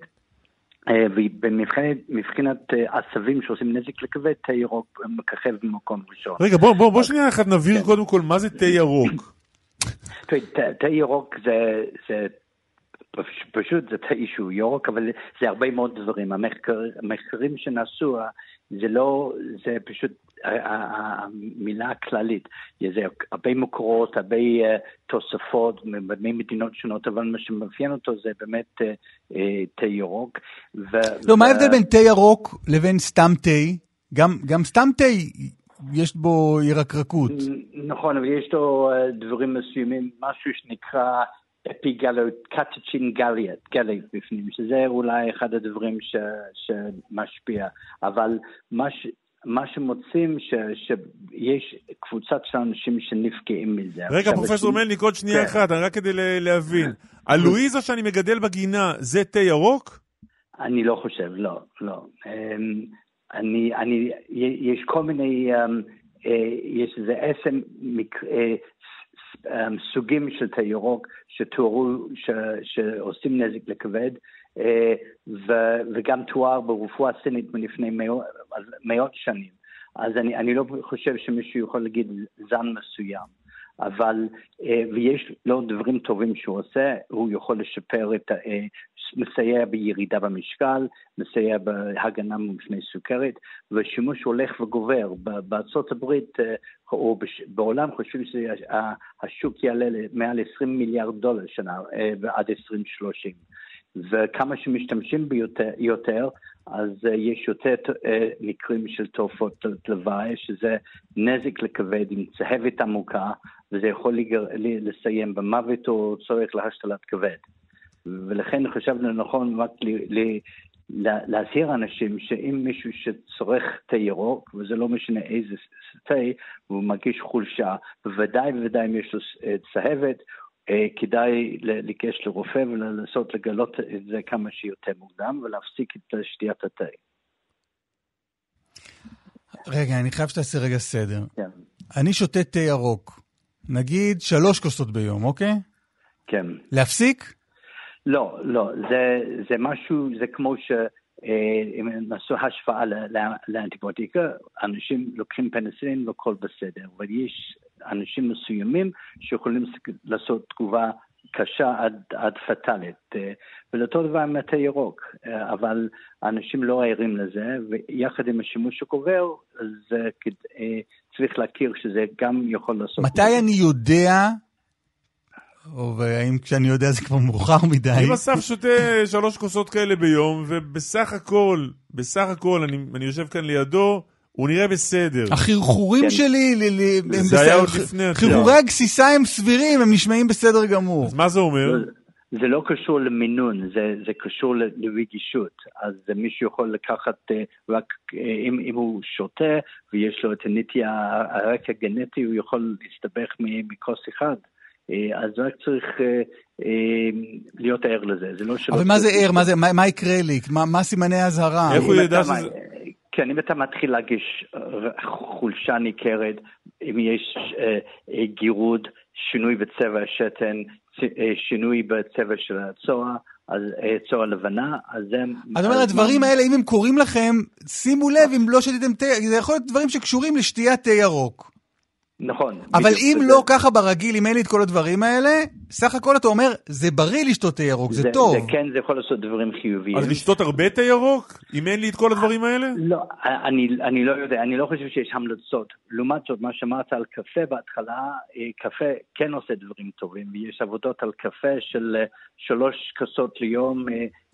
ובמבחינת עשבים שעושים נזק לכבד, תה ירוק מככב במקום ראשון. רגע, בוא, בוא, בוא שנייה אחת נבהיר קודם כל, מה זה תה ירוק? תה ירוק זה, זה, פשוט זה תה אישו ירוק, אבל זה הרבה מאוד דברים. המחקרים שנעשו, זה לא, זה פשוט המילה הכללית. זה הרבה מקורות, הרבה תוספות, במדינות שונות, אבל מה שמאפיין אותו זה באמת תה ירוק. לא, מה ההבדל בין תה ירוק לבין סתם תה? גם סתם תה יש בו ירקרקות. נכון, אבל יש לו דברים מסוימים, משהו שנקרא אפיגליות, קטצ'ין גלית, גלית בפנים, שזה אולי אחד הדברים ש, שמשפיע. אבל מה, ש, מה שמוצאים ש, שיש קבוצת של אנשים שנפגעים מזה. רגע, פרופסור מלניק, עוד שנייה אחת, רק כדי להבין. הלואיזה שאני מגדל בגינה, זה תה ירוק? אני לא חושב, לא, לא. אני, אני, יש כל מיני, יש איזה עשם סוגים של תה ירוק שתוארו שעושים נזק לכבד, וגם תואר ברפואה סינית מלפני מאות שנים. אז אני, אני לא חושב שמישהו יכול להגיד זן מסוים. אבל, ויש לו דברים טובים שהוא עושה, הוא יכול לשפר את, מסייע בירידה במשקל, מסייע בהגנה מפני סוכרת, ושימוש הולך וגובר. בארצות הברית, או בעולם חושבים שהשוק יעלה מעל עשרים מיליארד דולר שנה, ועד עשרים שלושים. וכמה שמשתמשים ביותר, יותר, אז יש יותר מקרים של תופעות לוואי, שזה נזק לכבד עם צהבת עמוקה, וזה יכול לסיים במוות או צורך להשתלת כבד. ולכן חשבנו נכון רק להזהיר אנשים שאם מישהו שצורך תה ירוק, וזה לא משנה איזה תה, והוא מרגיש חולשה, בוודאי ובוודאי אם יש לו צהבת, כדאי לגש לרופא ולנסות לגלות את זה כמה שיותר מוקדם ולהפסיק את שתיית התה. רגע, אני חייב שתעשה רגע סדר. כן. אני שותה תה ירוק, נגיד שלוש כוסות ביום, אוקיי? כן. להפסיק? לא, לא, זה, זה משהו, זה כמו ש... אם נעשו השפעה לאנטיביוטיקה, אנשים לוקחים פניסילין והכל בסדר, אבל יש אנשים מסוימים שיכולים לעשות תגובה קשה עד, עד פטלית, ולאותו דבר עם התה ירוק, אבל האנשים לא ערים לזה, ויחד עם השימוש הגובר, אז צריך להכיר שזה גם יכול לעשות. מתי אני יודע, או והאם כשאני יודע זה כבר מאוחר מדי? אם אסף שותה שלוש כוסות כאלה ביום, ובסך הכל, בסך הכל, אני, אני יושב כאן לידו, הוא נראה בסדר. החרחורים שלי, זה היה עוד לפני. חרחורי הגסיסה הם סבירים, הם נשמעים בסדר גמור. אז מה זה אומר? זה לא קשור למינון, זה, זה קשור לרגישות. אז מישהו יכול לקחת, רק אם, אם הוא שותה, ויש לו את הנטייה, הרקע גנטי, הוא יכול להסתבך מכוס אחד. אז רק צריך להיות ער לזה. זה לא אבל מה זה ער? מה, זה, מה, מה יקרה לי? מה, מה סימני ההזהרה? איך הוא ידע שזה... כן, אם אתה מתחיל להגיש חולשה ניכרת, אם יש אה, גירוד, שינוי בצבע השתן, שינוי בצבע של הצואה, אז צואה לבנה, אז זה... את אומרת, הדברים האלה, אם הם קוראים לכם, שימו לב, אם לא שתיתם תה, זה יכול להיות דברים שקשורים לשתיית תה ירוק. נכון. אבל אם לא ככה ברגיל, אם אין לי את כל הדברים האלה, סך הכל אתה אומר, זה בריא לשתות תה ירוק, זה טוב. זה כן, זה יכול לעשות דברים חיוביים. אז לשתות הרבה תה ירוק? אם אין לי את כל הדברים האלה? לא, אני לא יודע, אני לא חושב שיש המלצות. לעומת זאת, מה שאמרת על קפה בהתחלה, קפה כן עושה דברים טובים, ויש עבודות על קפה של שלוש כוסות ליום,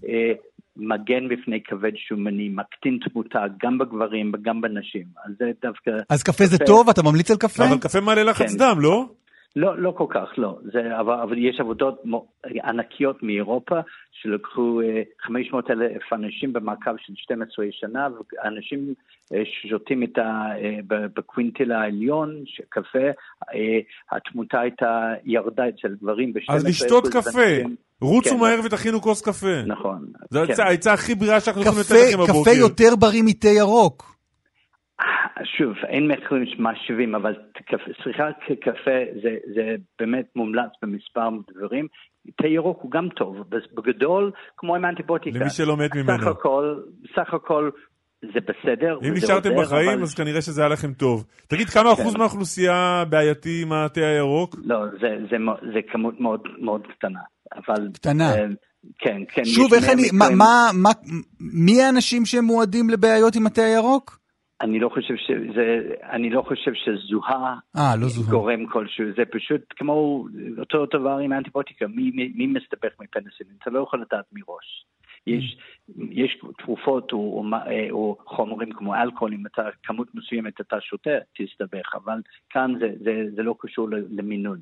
מגן בפני כבד שומני, מקטין תמותה גם בגברים וגם בנשים. אז זה דווקא... אז קפה זה טוב? אתה ממליץ על קפה? אבל קפה מעלה לחץ דם, לא? לא, לא כל כך, לא. זה, אבל, אבל יש עבודות ענקיות מאירופה, שלקחו חמש מאות אלף אנשים במעקב של שתים עשרה שנה, ואנשים ששותים את ה... בקווינטיל העליון, שקפה, התמותה הייתה ירדה אצל גברים ב-שתים עשרה אז לשתות קפה. רוצו מהר ותכינו כוס קפה. נכון. זו העצה הכי בריאה שאנחנו יכולים לתת לכם בבוקר. קפה יותר בריא מתה ירוק. שוב, אין מחקרים שמשווים, אבל צריכת קפה זה, זה באמת מומלץ במספר דברים. תה ירוק הוא גם טוב, בגדול, כמו עם אנטיביוטיקה. למי שלא מת ממנו. סך הכל, סך הכל זה בסדר. אם נשארתם בחיים, אבל... אז כנראה שזה היה לכם טוב. תגיד, כמה אחוז כן. מהאוכלוסייה בעייתי עם התה הירוק? לא, זה, זה, זה כמות מאוד, מאוד קטנה. אבל... קטנה. אה, כן, כן. שוב, איך אני, מה, מה, מה, מי האנשים שהם מועדים לבעיות עם התה הירוק? אני לא חושב שזה, אני לא חושב שזוהה אה, לא זוהה. גורם כלשהו, זה פשוט כמו אותו דבר עם האנטיביוטיקה, מי, מי, מי מסתבך מפניסילין, אתה לא יכול לדעת מראש. יש, יש תרופות או, או, או חומרים כמו אלכוהול, אם אתה כמות מסוימת אתה שותה, תסתבך, אבל כאן זה, זה, זה לא קשור למינון.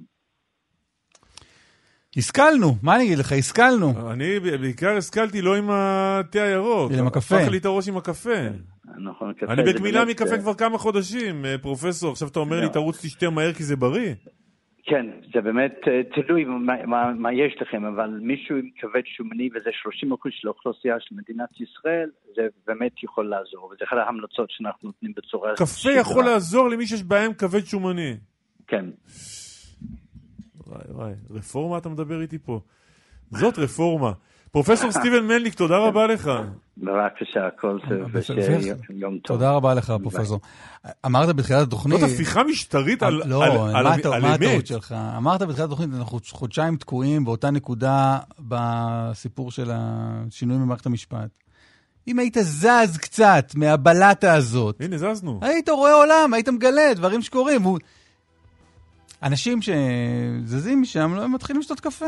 השכלנו, מה אני אגיד לך? השכלנו. אני בעיקר השכלתי לא עם התה הירוק. עם הקפה. הפך לי את הראש עם הקפה. נכון, אני בגמילה מקפה כבר כמה חודשים, פרופסור, עכשיו אתה אומר לי, תרוץ תשתה מהר כי זה בריא? כן, זה באמת תלוי מה יש לכם, אבל מישהו עם כבד שומני, וזה שלושים אחוז של האוכלוסייה של מדינת ישראל, זה באמת יכול לעזור, וזה אחד ההמלצות שאנחנו נותנים בצורה... קפה יכול לעזור למי שיש בהם כבד שומני? כן. וואי וואי, רפורמה אתה מדבר איתי פה. זאת רפורמה. פרופסור סטיבן מנליק, תודה רבה לך. בבקשה, הכל טוב, ושיהיה יום טוב. תודה רבה לך, פרופסור. אמרת בתחילת התוכנית... זאת הפיכה משטרית על אמת. לא, מה הטעות שלך? אמרת בתחילת התוכנית, אנחנו חודשיים תקועים באותה נקודה בסיפור של השינוי במערכת המשפט. אם היית זז קצת מהבלטה הזאת... הנה, זזנו. היית רואה עולם, היית מגלה דברים שקורים. אנשים שזזים משם לא מתחילים לשתות קפה.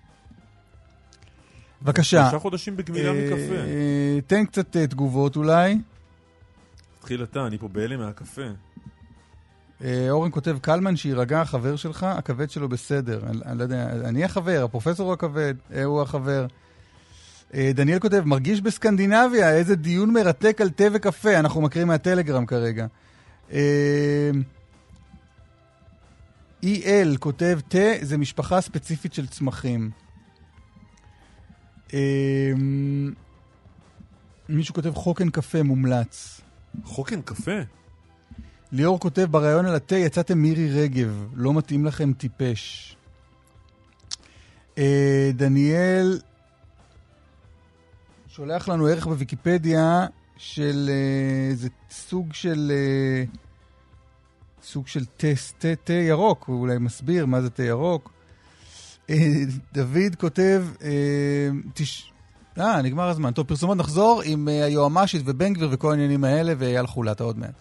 בבקשה. שלושה חודשים בגמילה מקפה. תן קצת תגובות אולי. תתחיל אתה, אני פה בהלם מהקפה. אורן כותב, קלמן שירגע החבר שלך, הכבד שלו בסדר. אני לא יודע, אני החבר, הפרופסור הוא הכבד, הוא החבר. דניאל כותב, מרגיש בסקנדינביה, איזה דיון מרתק על תה וקפה. אנחנו מקריאים מהטלגרם כרגע. אי אל כותב, תה זה משפחה ספציפית של צמחים. מישהו כותב חוקן קפה מומלץ. חוקן קפה? ליאור כותב ברעיון על התה יצאתם מירי רגב, לא מתאים לכם טיפש. דניאל שולח לנו ערך בוויקיפדיה של זה סוג של סוג של תה, תה ירוק, הוא אולי מסביר מה זה תה ירוק. דוד כותב, תש... אה, נגמר הזמן. טוב, פרסומות נחזור עם היועמ"שית ובן גביר וכל העניינים האלה, ואייל חולת עוד מעט.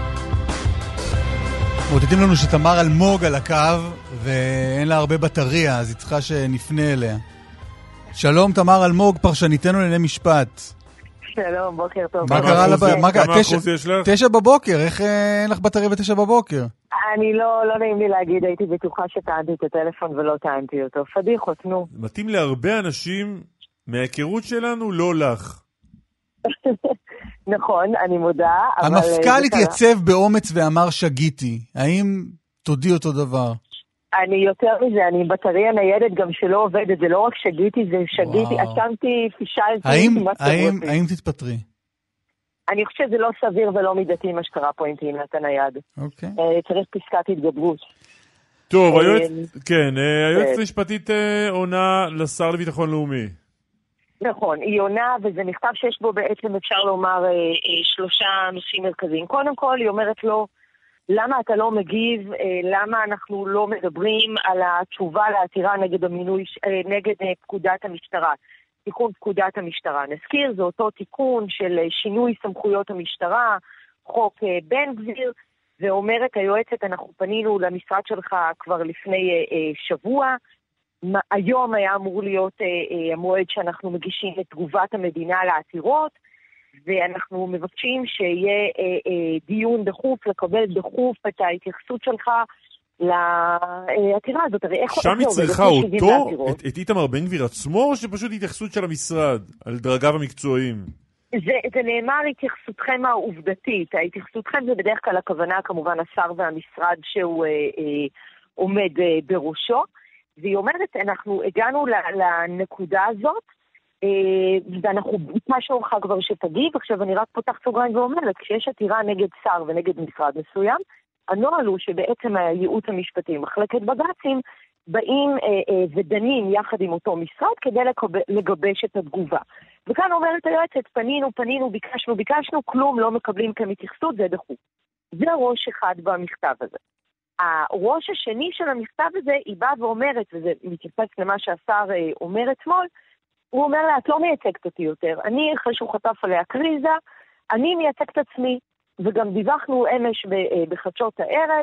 מודדים לנו שתמר אלמוג על הקו, ואין לה הרבה בטריה, אז היא צריכה שנפנה אליה. שלום, תמר אלמוג, פרשניתנו לענייני משפט. שלום, בוקר טוב. מה קרה לבא? כמה אחוז יש לך? תשע בבוקר, איך אין לך בטריה בתשע בבוקר? אני לא, לא נעים לי להגיד, הייתי בטוחה שטענתי את הטלפון ולא טענתי אותו. פדיחות, נו. מתאים להרבה אנשים מההיכרות שלנו, לא לך. נכון, אני מודה. המפכ"ל התייצב באומץ ואמר שגיתי. האם תודי אותו דבר? אני יותר מזה, אני בטריה ניידת גם שלא עובדת, זה לא רק שגיתי, זה שגיתי, אשמתי, פישלתי. האם, האם, האם תתפטרי? אני חושבת שזה לא סביר ולא מידתי מה שקרה פה עם טעינת הנייד. אוקיי. צריך פסקת התגברות. טוב, כן, היועצת המשפטית עונה לשר לביטחון לאומי. נכון, היא עונה, וזה נכתב שיש בו בעצם, אפשר לומר, שלושה נושאים מרכזיים. קודם כל, היא אומרת לו, למה אתה לא מגיב, למה אנחנו לא מדברים על התשובה לעתירה נגד המינוי, נגד פקודת המשטרה, תיקון פקודת המשטרה. נזכיר, זה אותו תיקון של שינוי סמכויות המשטרה, חוק בן גביר, ואומרת היועצת, אנחנו פנינו למשרד שלך כבר לפני שבוע, היום היה אמור להיות המועד שאנחנו מגישים את תגובת המדינה לעתירות, ואנחנו מבקשים שיהיה אה, אה, דיון דחוף, לקבל דחוף את ההתייחסות שלך לעתירה הזאת. שם היא צריכה אותו, את, את איתמר בן גביר עצמו, או שפשוט התייחסות של המשרד על דרגיו המקצועיים? זה, זה נאמר התייחסותכם העובדתית. ההתייחסותכם זה בדרך כלל הכוונה כמובן השר והמשרד שהוא אה, אה, עומד אה, בראשו. והיא אומרת, אנחנו הגענו לנקודה הזאת, ואנחנו ביקשנו אותך כבר שתגיב. עכשיו אני רק פותח סוגריים ואומרת, כשיש עתירה נגד שר ונגד משרד מסוים, הנוהל הוא שבעצם הייעוץ המשפטי, מחלקת בג"צים, באים אה, אה, ודנים יחד עם אותו משרד כדי לגבש את התגובה. וכאן אומרת היועצת, פנינו, פנינו, ביקשנו, ביקשנו, כלום לא מקבלים כמתייחסות, זה דחוף. זה ראש אחד במכתב הזה. הראש השני של המכתב הזה, היא באה ואומרת, וזה מתייחס למה שהשר אה, אומר אתמול, הוא אומר לה, את לא מייצגת אותי יותר. אני, אחרי שהוא חטף עליה קריזה, אני מייצג את עצמי. וגם דיווחנו אמש בחדשות הערב,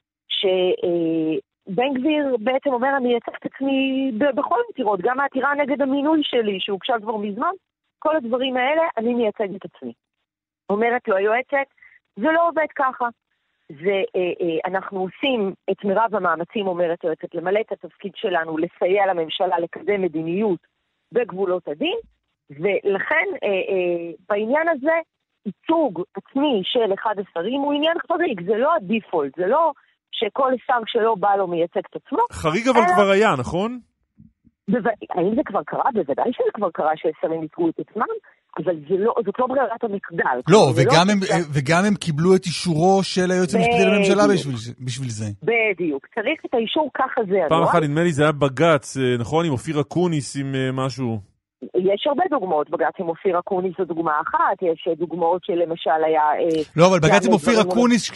שבן גביר בעצם אומר, אני מייצג את עצמי בכל עתירות, גם העתירה נגד המינוי שלי, שהוגשה כבר מזמן, כל הדברים האלה, אני מייצג את עצמי. אומרת לו היועצת, זה לא עובד ככה. ואנחנו עושים את מירב המאמצים, אומרת היועצת, למלא את התפקיד שלנו, לסייע לממשלה, לקדם מדיניות, בגבולות הדין, ולכן אה, אה, בעניין הזה ייצוג עצמי של אחד השרים הוא עניין חריג, זה לא הדיפולט, זה לא שכל שר שלא בא לו מייצג את עצמו. חריג אבל אלא... כבר היה, נכון? בו... האם זה כבר קרה? בוודאי שזה כבר קרה ששרים ייצגו את עצמם, אבל זה לא, זאת לא ברירת המחדל. לא, וגם, לא הם, הם, וגם הם קיבלו את אישורו של היועץ המשפטי לממשלה בשביל, בשביל זה. בדיוק, צריך את האישור ככה זה. פעם אחת נדמה לי זה היה בג"ץ, נכון? עם אופיר אקוניס, עם משהו. יש הרבה דוגמאות, בג"ץ עם אופיר אקוניס זו דוגמה אחת, יש דוגמאות שלמשל היה... לא, אבל בג"ץ עם אופיר אקוניס,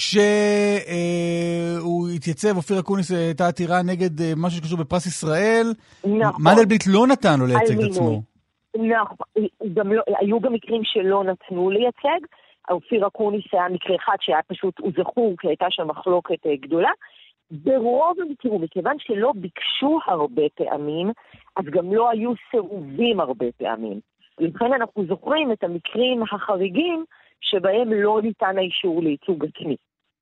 כשהוא התייצב, אופיר אקוניס הייתה עתירה נגד משהו שקשור בפרס ישראל, מנדלבליט לא נתן לו לייצג את עצמו. נכון, לא, היו גם מקרים שלא נתנו לייצג, אופיר אקוניס היה מקרה אחד שהיה פשוט, הוא זכור, כי הייתה שם מחלוקת גדולה, ברוב המקרים, מכיוון שלא ביקשו הרבה פעמים, אז גם לא היו סירובים הרבה פעמים. לכן אנחנו זוכרים את המקרים החריגים שבהם לא ניתן האישור לייצוג עצמי.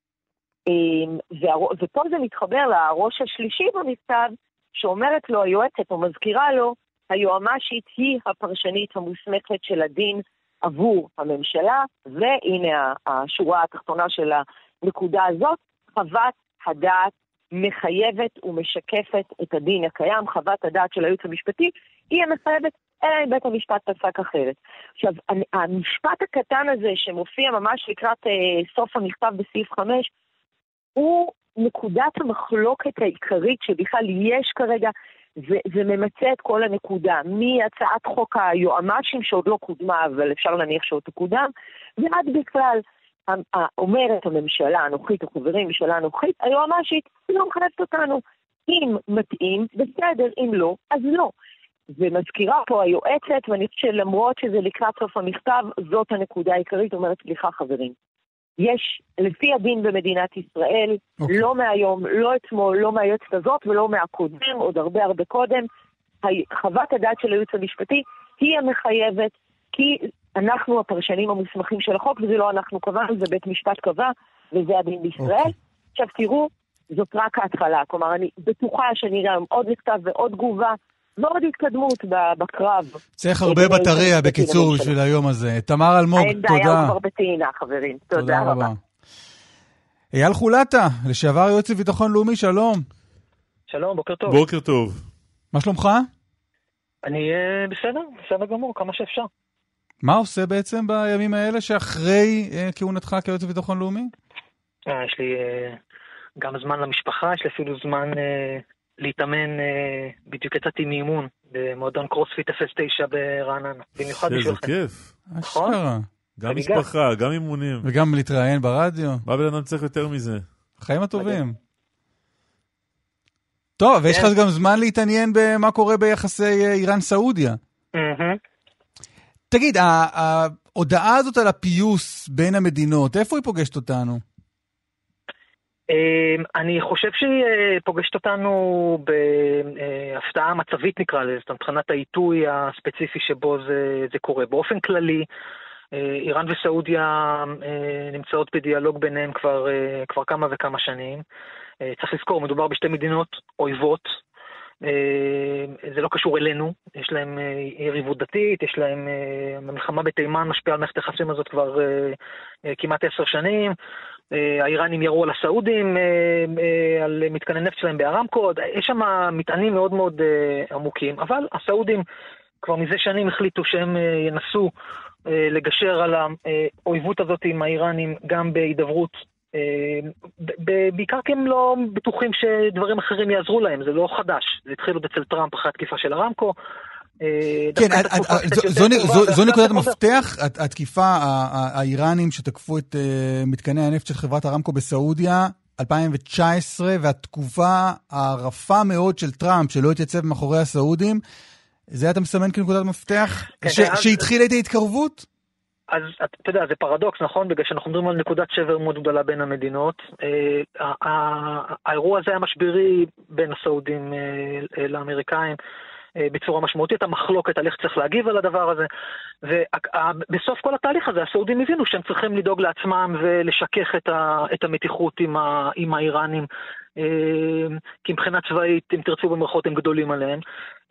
ופה זה מתחבר לראש השלישי במכתב, שאומרת לו היועצת או מזכירה לו, היועמ"שית היא הפרשנית המוסמכת של הדין עבור הממשלה, והנה השורה התחתונה של הנקודה הזאת, חוות הדעת מחייבת ומשקפת את הדין הקיים, חוות הדעת של הייעוץ המשפטי, היא המחייבת, אלא אם בית המשפט פסק אחרת. עכשיו, המשפט הקטן הזה שמופיע ממש לקראת אה, סוף המכתב בסעיף חמש, הוא נקודת המחלוקת העיקרית שבכלל יש כרגע, זה ממצא את כל הנקודה, מהצעת חוק היועמ"שים שעוד לא קודמה, אבל אפשר להניח שעוד תקודם, ועד בכלל, אומרת הממשלה הנוכחית, החברים בשלה הנוכחית, היועמ"שית לא מחייבת אותנו. אם מתאים, בסדר, אם לא, אז לא. ומזכירה פה היועצת, ואני חושבת שלמרות שזה לקראת סוף המכתב, זאת הנקודה העיקרית, אומרת, סליחה חברים. יש, לפי הדין במדינת ישראל, okay. לא מהיום, לא אתמול, לא מהיועצת הזאת ולא מהקודם, עוד הרבה הרבה קודם, חוות הדעת של הייעוץ המשפטי היא המחייבת, כי אנחנו הפרשנים המוסמכים של החוק, וזה לא אנחנו קבענו, זה בית משפט קבע, וזה הדין בישראל. Okay. עכשיו תראו, זאת רק ההתחלה, כלומר אני בטוחה שנראה עוד מכתב ועוד תגובה, ועוד התקדמות בקרב. צריך הרבה בטריה בקיצור בשביל היום הזה. תמר אלמוג, תודה. אין בעיה, הוא כבר בטעינה, חברים. תודה רבה. אייל חולטה, לשעבר יועץ לביטחון לאומי, שלום. שלום, בוקר טוב. בוקר טוב. מה שלומך? אני בסדר, בסדר גמור, כמה שאפשר. מה עושה בעצם בימים האלה שאחרי כהונתך כיועץ לביטחון לאומי? יש לי גם זמן למשפחה, יש לי אפילו זמן להתאמן, בדיוק יצאתי מאימון במועדון קרוספיט אפס תשע ברעננה. במיוחד בשבילכם. איזה כיף. נכון. גם משפחה, גם אימונים. וגם להתראיין ברדיו. מה בן אדם צריך יותר מזה? החיים הטובים. טוב, ויש לך גם זמן להתעניין במה קורה ביחסי איראן-סעודיה. תגיד, ההודעה הזאת על הפיוס בין המדינות, איפה היא פוגשת אותנו? אני חושב שהיא פוגשת אותנו בהפתעה מצבית נקרא לזה, מבחינת העיתוי הספציפי שבו זה, זה קורה. באופן כללי, איראן וסעודיה נמצאות בדיאלוג ביניהם כבר, כבר כמה וכמה שנים. צריך לזכור, מדובר בשתי מדינות אויבות, זה לא קשור אלינו, יש להם יריבות דתית, יש להם, המלחמה בתימן משפיעה על מערכת היחסים הזאת כבר כמעט עשר שנים, האיראנים ירו על הסעודים, על מתקני נפט שלהם בארמקו, יש שם מטענים מאוד מאוד עמוקים, אבל הסעודים כבר מזה שנים החליטו שהם ינסו לגשר על האויבות הזאת עם האיראנים גם בהידברות, בעיקר כי הם לא בטוחים שדברים אחרים יעזרו להם, זה לא חדש, זה התחיל עוד אצל טראמפ אחרי התקיפה של ארמקו. כן, זו נקודת המפתח, התקיפה האיראנים שתקפו את מתקני הנפט של חברת ארמקו בסעודיה אלפיים תשע עשרה, והתגובה הרפה מאוד של טראמפ שלא התייצב מאחורי הסעודים, זה אתה מסמן כנקודת מפתח שהתחילה את ההתקרבות? אז אתה יודע, זה פרדוקס, נכון? בגלל שאנחנו מדברים על נקודת שבר מאוד גדולה בין המדינות. האירוע הזה היה משברי בין הסעודים לאמריקאים בצורה משמעותית, המחלוקת על איך צריך להגיב על הדבר הזה, ובסוף כל התהליך הזה הסעודים הבינו שהם צריכים לדאוג לעצמם ולשכך את המתיחות עם האיראנים, כי מבחינה צבאית, אם תרצו במרכאות, הם גדולים עליהם.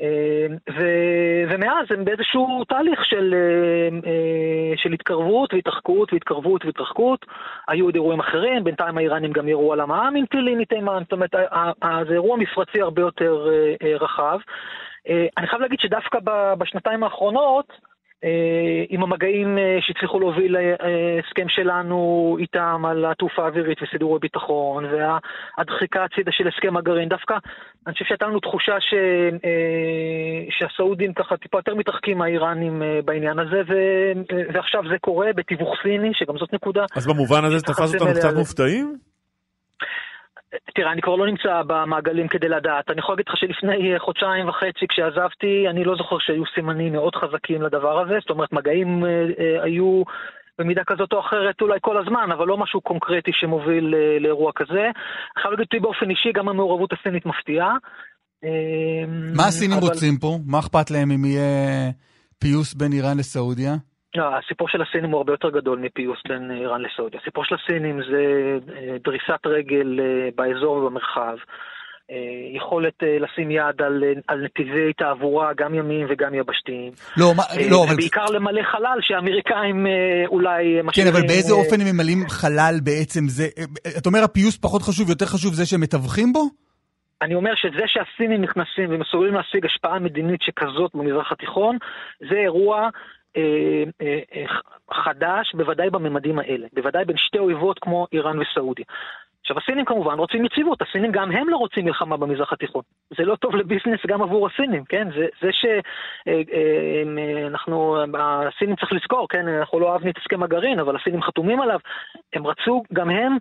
ומאז הם באיזשהו תהליך של, של התקרבות והתרחקות והתקרבות והתרחקות. היו עוד אירועים אחרים, בינתיים האיראנים גם ירו על המע"מ עם טילים מתימן, זאת אומרת, זה אירוע מפרצי הרבה יותר רחב. אני חייב להגיד שדווקא בשנתיים האחרונות, עם המגעים שהצליחו להוביל הסכם שלנו איתם על התעופה האווירית וסידורי ביטחון והדחיקה הצידה של הסכם הגרעין, דווקא אני חושב שהייתה לנו תחושה ש... שהסעודים ככה טיפה יותר מתרחקים מהאיראנים בעניין הזה, ו... ועכשיו זה קורה בתיווך סיני, שגם זאת נקודה. אז במובן הזה תפס אותנו קצת מופתעים? תראה, אני כבר לא נמצא במעגלים כדי לדעת. אני יכול להגיד לך שלפני חודשיים וחצי כשעזבתי, אני לא זוכר שהיו סימנים מאוד חזקים לדבר הזה, זאת אומרת, מגעים אה, היו במידה כזאת או אחרת אולי כל הזמן, אבל לא משהו קונקרטי שמוביל אה, לאירוע כזה. אני חייב להגיד אותי באופן אישי, גם המעורבות הסינית מפתיעה. אה, מה הסינים אבל... רוצים פה? מה אכפת להם אם יהיה פיוס בין איראן לסעודיה? הסיפור של הסינים הוא הרבה יותר גדול מפיוס בין איראן לסעודיה. הסיפור של הסינים זה דריסת רגל באזור ובמרחב, יכולת לשים יד על, על נתיבי תעבורה, גם ימיים וגם יבשתיים. לא, מה, לא, אבל... בעיקר למלא חלל שהאמריקאים אולי... כן, אבל באיזה אופן הם ממלאים חלל בעצם זה? אתה אומר הפיוס פחות חשוב, יותר חשוב זה שהם מתווכים בו? אני אומר שזה שהסינים נכנסים ומסוגלים להשיג השפעה מדינית שכזאת במזרח התיכון, זה אירוע... חדש, בוודאי בממדים האלה, בוודאי בין שתי אויבות כמו איראן וסעודיה. עכשיו, הסינים כמובן רוצים יציבות, הסינים גם הם לא רוצים מלחמה במזרח התיכון. זה לא טוב לביזנס גם עבור הסינים, כן? זה, זה שאנחנו, הסינים צריך לזכור, כן? אנחנו לא אוהבים את הסכם הגרעין, אבל הסינים חתומים עליו. הם רצו גם הם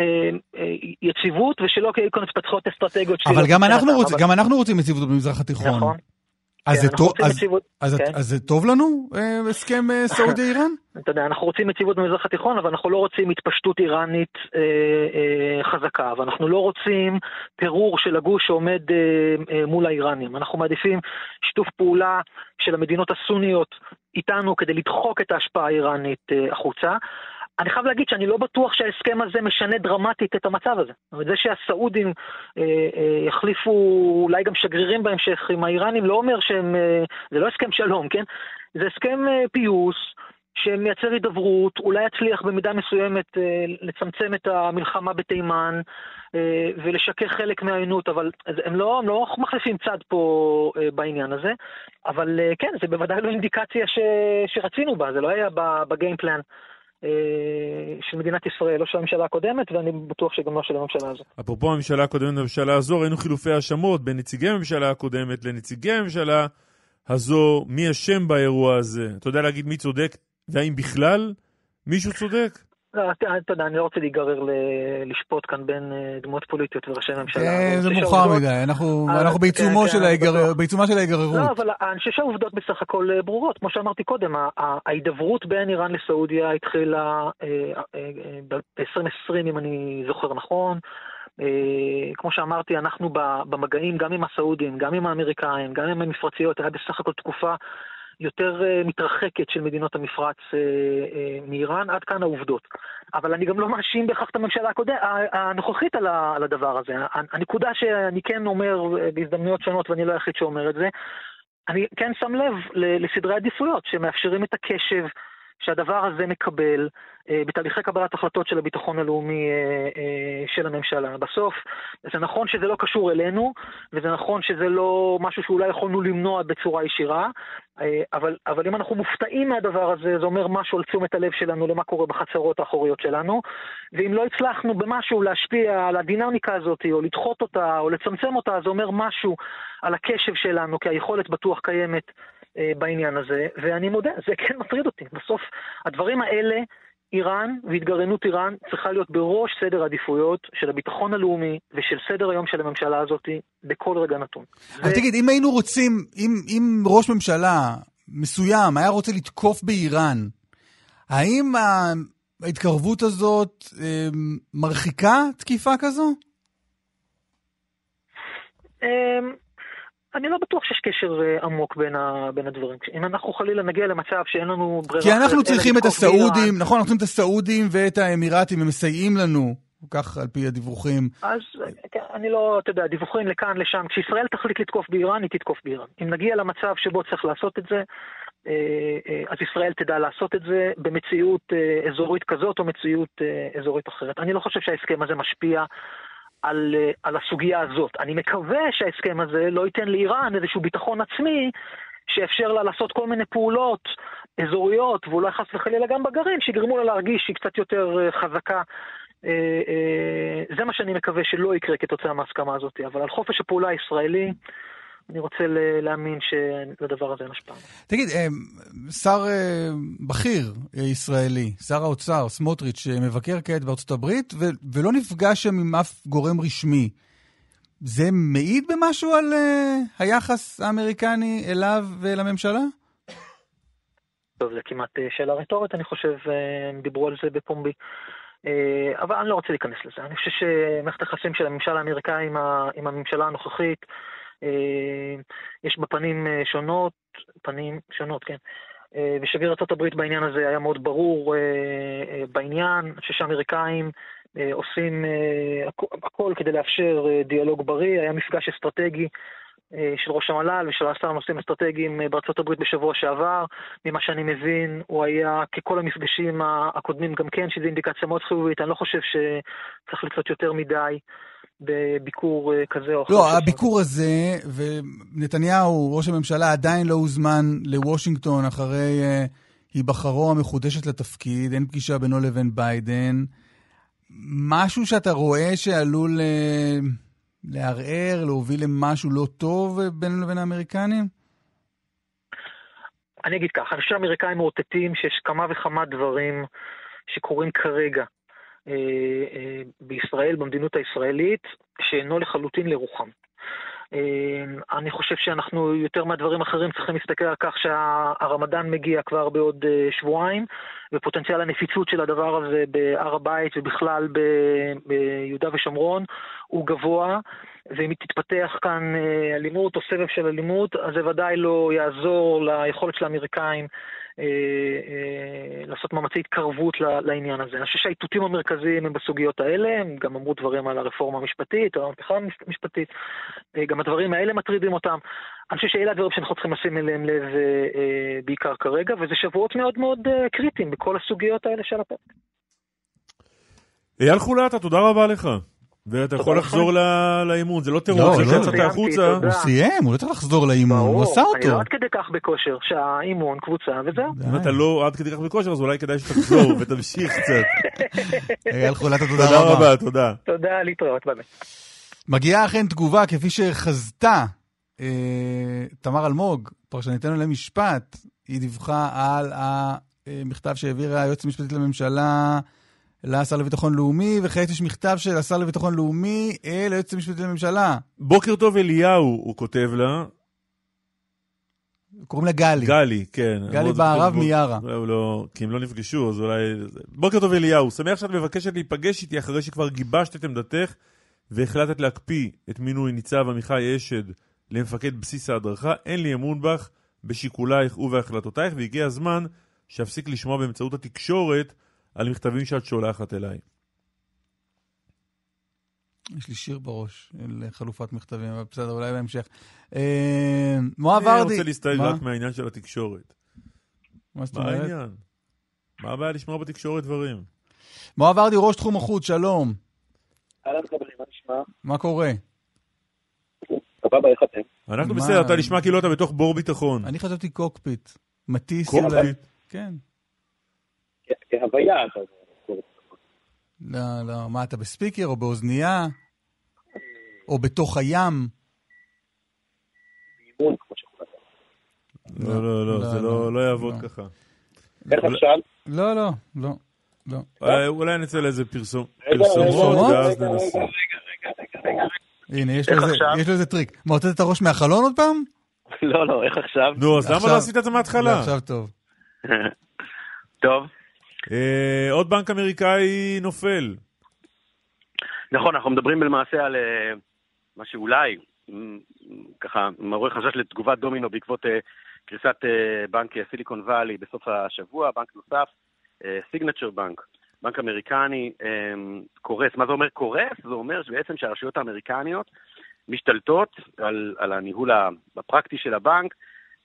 יציבות, ושלא כאיקון התפתחות אסטרטגיות. אבל גם אנחנו רוצים, גם אנחנו רוצים יציבות במזרח התיכון. נכון. אז זה טוב, אז זה טוב לנו, הסכם סעודיה-איראן? אתה יודע, אנחנו רוצים יציבות במזרח התיכון, אבל אנחנו לא רוצים התפשטות איראנית חזקה, ואנחנו לא רוצים פירור של הגוש שעומד מול האיראנים. אנחנו מעדיפים שיתוף פעולה של המדינות הסוניות איתנו כדי לדחוק את ההשפעה האיראנית החוצה. אני חייב להגיד שאני לא בטוח שההסכם הזה משנה דרמטית את המצב הזה. זאת אומרת, זה שהסעודים אה, אה, יחליפו אולי גם שגרירים בהמשך עם האיראנים, לא אומר שהם, אה, זה לא הסכם שלום, כן? זה הסכם אה, פיוס שמייצר הידברות, אולי יצליח במידה מסוימת אה, לצמצם את המלחמה בתימן אה, ולשקר חלק מהעינות, אבל הם לא, הם לא מחליפים צד פה אה, בעניין הזה, אבל אה, כן, זה בוודאי לא אינדיקציה ש, שרצינו בה, זה לא היה בגיימפלן. של מדינת ישראל, לא של הממשלה הקודמת, ואני בטוח שגם לא של הממשלה הזו. אפרופו הממשלה הקודמת והממשלה הזו, ראינו חילופי האשמות בין נציגי הממשלה הקודמת לנציגי הממשלה הזו. מי אשם באירוע הזה? אתה יודע להגיד מי צודק, והאם בכלל מישהו צודק? לא, אתה יודע, אני לא רוצה להיגרר לשפוט כאן בין דמות פוליטיות וראשי ממשלה. זה מאוחר מדי, אנחנו בעיצומה של ההיגררות. לא, אבל אני חושב שהעובדות בסך הכל ברורות. כמו שאמרתי קודם, ההידברות בין איראן לסעודיה התחילה ב-עשרים עשרים, אם אני זוכר נכון. כמו שאמרתי, אנחנו במגעים גם עם הסעודים, גם עם האמריקאים, גם עם המפרציות, היה בסך הכל תקופה יותר מתרחקת של מדינות המפרץ מאיראן, עד כאן העובדות. אבל אני גם לא מאשים בכך את הממשלה הנוכחית על הדבר הזה. הנקודה שאני כן אומר בהזדמנויות שונות, ואני לא היחיד שאומר את זה, אני כן שם לב לסדרי עדיפויות שמאפשרים את הקשב שהדבר הזה מקבל בתהליכי קבלת החלטות של הביטחון הלאומי של הממשלה. בסוף, זה נכון שזה לא קשור אלינו, וזה נכון שזה לא משהו שאולי יכולנו למנוע בצורה ישירה, אבל, אבל אם אנחנו מופתעים מהדבר הזה, זה אומר משהו על תשומת הלב שלנו למה קורה בחצרות האחוריות שלנו, ואם לא הצלחנו במשהו להשפיע על הדינמיקה הזאת, או לדחות אותה, או לצמצם אותה, זה אומר משהו על הקשב שלנו, כי היכולת בטוח קיימת בעניין הזה, ואני מודה, זה כן מטריד אותי. בסוף, הדברים האלה, איראן והתגרענות איראן צריכה להיות בראש סדר העדיפויות של הביטחון הלאומי ושל סדר היום של הממשלה הזאת בכל רגע נתון. אבל ו... תגיד, אם היינו רוצים, אם, אם ראש ממשלה מסוים היה רוצה לתקוף באיראן, האם ההתקרבות הזאת אה, מרחיקה תקיפה כזו? אה... אני לא בטוח שיש קשר עמוק בין, ה, בין הדברים. אם אנחנו חלילה נגיע למצב שאין לנו ברירה... כי אנחנו צריכים את הסעודים, נכון, אנחנו צריכים את הסעודים ואת האמירתים, הם מסייעים לנו, כך על פי הדיווחים. אז אני לא, אתה יודע, דיווחים לכאן, לשם. כשישראל תחליט לתקוף באיראן, היא תתקוף באיראן. אם נגיע למצב שבו צריך לעשות את זה, אז ישראל תדע לעשות את זה במציאות אזורית כזאת או מציאות אזורית אחרת. אני לא חושב שההסכם הזה משפיע על, על הסוגיה הזאת. אני מקווה שההסכם הזה לא ייתן לאיראן איזשהו ביטחון עצמי שאפשר לה לעשות כל מיני פעולות אזוריות, ואולי חס וחלילה גם בגרעין, שיגרמו לה להרגיש שהיא קצת יותר חזקה. זה מה שאני מקווה שלא יקרה כתוצאה מההסכמה הזאת. אבל על חופש הפעולה הישראלי, אני רוצה להאמין שלדבר הזה נשפע. תגיד, שר בכיר ישראלי, שר האוצר, סמוטריץ', מבקר כעת בארצות הברית, ולא נפגש שם עם אף גורם רשמי. זה מעיד במשהו על היחס האמריקני אליו ולממשלה? טוב, זה כמעט שאלה רטורית, אני חושב, הם דיברו על זה בפומבי. אבל אני לא רוצה להיכנס לזה. אני חושב שמערכת היחסים של הממשל האמריקאי עם הממשלה הנוכחית, יש בה פנים שונות, פנים שונות, כן. ושגריר ארצות הברית בעניין הזה היה מאוד ברור בעניין. אני חושב שהאמריקאים עושים הכל כדי לאפשר דיאלוג בריא. היה מפגש אסטרטגי של ראש המל"ל ושל השר נושאים אסטרטגיים בארצות הברית בשבוע שעבר. ממה שאני מבין, הוא היה ככל המפגשים הקודמים גם כן, שזה אינדיקציה מאוד חיובית. אני לא חושב שצריך לצאת יותר מדי בביקור כזה או אחר. לא, הביקור הזה, ונתניהו, ראש הממשלה, עדיין לא הוזמן לוושינגטון אחרי היבחרו המחודשת לתפקיד, אין פגישה בינו לבין ביידן. משהו שאתה רואה שעלול לערער, להוביל למשהו לא טוב בינינו לבין האמריקנים? אני אגיד ככה, אני חושב שהאמריקאים מאותתים שיש כמה וכמה דברים שקורים כרגע אה, אה, בישראל, במדינות הישראלית, שאינו לחלוטין לרוחם. אה, אני חושב שאנחנו יותר מהדברים אחרים צריכים להסתכל על כך שהרמדאן מגיע כבר בעוד אה, שבועיים, ופוטנציאל הנפיצות של הדבר הזה בהר הבית ובכלל ב- ביהודה ושומרון הוא גבוה, ואם היא תתפתח כאן אלימות או סבב של אלימות, אז זה ודאי לא יעזור ליכולת של האמריקאים אה, אה, לעשות מאמצי התקרבות לעניין הזה. אני חושב שהאיתותים המרכזיים הם בסוגיות האלה, הם גם אמרו דברים על הרפורמה המשפטית, או המהפכה המשפטית, אה, גם הדברים האלה מטרידים אותם. אני חושב שאלה הדברים שאנחנו צריכים לשים אליהם לב אה, אה, בעיקר כרגע, וזה שבועות מאוד מאוד אה, קריטיים בכל הסוגיות האלה של הפרק. אייל חולתה, תודה רבה לך. ואתה יכול לחזור לאימון, זה לא טרור, זה יצאת החוצה. הוא סיים, הוא לא צריך לחזור לאימון, הוא עשה אותו. אני לא עד כדי כך בכושר, שהאימון, קבוצה, וזהו. אם אתה לא עד כדי כך בכושר, אז אולי כדאי שתחזור ותמשיך קצת. אייל חולתה, תודה רבה. תודה רבה, תודה. תודה, להתראות, באמת. מגיעה אכן תגובה, כפי שחזתה תמר אלמוג, פרשניתנו למשפט, היא דיווחה על המכתב שהעבירה היועצת המשפטית לממשלה לשר לביטחון לאומי, וכעת יש מכתב של השר לביטחון לאומי אל היועצת המשפטית לממשלה. בוקר טוב אליהו, הוא כותב לה. קוראים לה גלי. גלי, כן. גלי בערב מיארה. לא, לא, כי הם לא נפגשו, אז אולי... בוקר טוב אליהו, שמח שאת מבקשת להיפגש איתי אחרי שכבר גיבשת את עמדתך, והחלטת להקפיא את מינוי ניצב עמיחי אשד למפקד בסיס ההדרכה. אין לי אמון בך בשיקולייך ובהחלטותייך, והגיע הזמן שאפסיק לשמוע באמצעות התקשורת על מכתבים שאת שולחת אליי. יש לי שיר בראש לחלופת מכתבים, אבל בסדר, אולי בהמשך. מואב ורדי. אני רוצה להסתייג רק מהעניין של התקשורת. מה זאת אומרת? מה העניין? מה הבעיה לשמוע בתקשורת דברים? מואב ורדי, ראש תחום החוץ, שלום. אהלן חברים, מה נשמע? מה קורה? סבבה, איך אתם? אנחנו בסדר, אתה נשמע כאילו אתה בתוך בור ביטחון. אני חשבתי קוקפיט. מטיס. קוקפיט? כן. כהוויה אתה אומר. לא, לא, מה, אתה בספיקר או באוזנייה? או בתוך הים? באימון, כמו שכולת. לא, לא, לא, זה לא יעבוד ככה. איך עכשיו? לא, לא, לא. לא. אולי נצא לאיזה פרסומות, ואז ננסה. רגע, רגע, רגע, רגע. הנה, יש לו איזה טריק. מה, הוצאת את הראש מהחלון עוד פעם? לא, לא, איך עכשיו? נו, אז למה לא עשית את זה מההתחלה? עכשיו טוב. טוב. עוד בנק אמריקאי נופל. נכון, אנחנו מדברים למעשה על מה שאולי, ככה, מעורר חשש לתגובת דומינו בעקבות קריסת בנק סיליקון ואלי בסוף השבוע, בנק נוסף, סיגנצ'ר בנק, בנק אמריקני קורס. מה זה אומר קורס? זה אומר שבעצם שהרשויות האמריקניות משתלטות על, על הניהול הפרקטי של הבנק,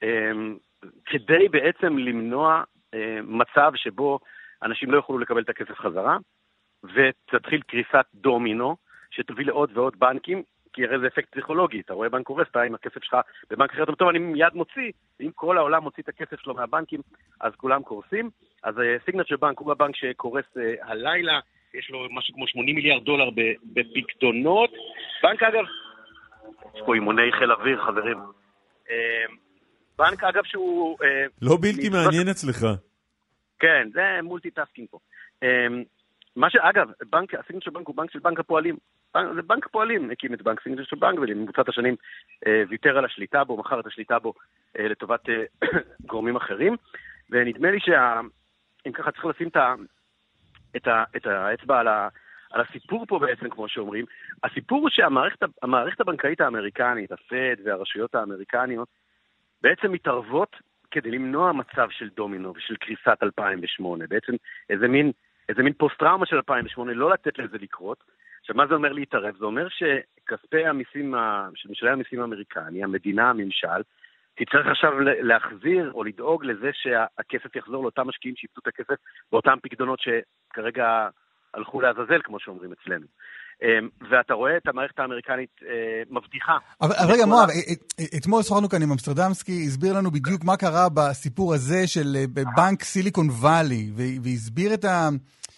כדי בעצם למנוע מצב שבו אנשים לא יוכלו לקבל את הכסף חזרה, ותתחיל קריסת דומינו, שתביא לעוד ועוד בנקים, כי הרי זה אפקט פסיכולוגי, אתה רואה בנק קורס, אתה עם הכסף שלך בבנק אחר, טוב, אני מיד מוציא, ואם כל העולם מוציא את הכסף שלו מהבנקים, אז כולם קורסים. אז סיגנצ'ר בנק הוא הבנק שקורס uh, הלילה, יש לו משהו כמו שמונים מיליארד דולר בפיקדונות. בנק אגב, יש פה אימוני חיל אוויר, חברים. Uh, בנק אגב שהוא... Uh, לא בלתי מעניין אצלך. כן, זה מולטי-טסקינג פה. Uh, מה שאגב, בנק, הסיגנצ'ר בנק הוא בנק של בנק הפועלים. זה בנק הפועלים, הקים את בנק סיגנצ'ר בנק, ולמבוצעת השנים אה, ויתר על השליטה בו, מחר את השליטה בו אה, לטובת אה, גורמים אחרים. ונדמה לי שאם ככה צריך לשים את, ה, את, ה, את האצבע על, ה, על הסיפור פה בעצם, כמו שאומרים, הסיפור הוא שהמערכת המערכת הבנקאית האמריקנית, הפד והרשויות האמריקניות, בעצם מתערבות כדי למנוע מצב של דומינו ושל קריסת אלפיים ושמונה. בעצם איזה מין, איזה מין פוסט-טראומה של אלפיים ושמונה, לא לתת לזה לקרות. עכשיו, מה זה אומר להתערב? זה אומר שכספי המיסים, של משלם המיסים האמריקני, המדינה, הממשל, תצטרך עכשיו להחזיר או לדאוג לזה שהכסף יחזור לאותם משקיעים שיפצו את הכסף באותם פקדונות שכרגע הלכו לעזאזל, כמו שאומרים אצלנו. ואתה רואה את המערכת האמריקנית מבטיחה. אבל רגע, מואב, אתמול שוחחנו כאן עם אמסטרדמסקי, הסביר לנו בדיוק מה קרה בסיפור הזה של בנק סיליקון ואלי, והסביר את ה...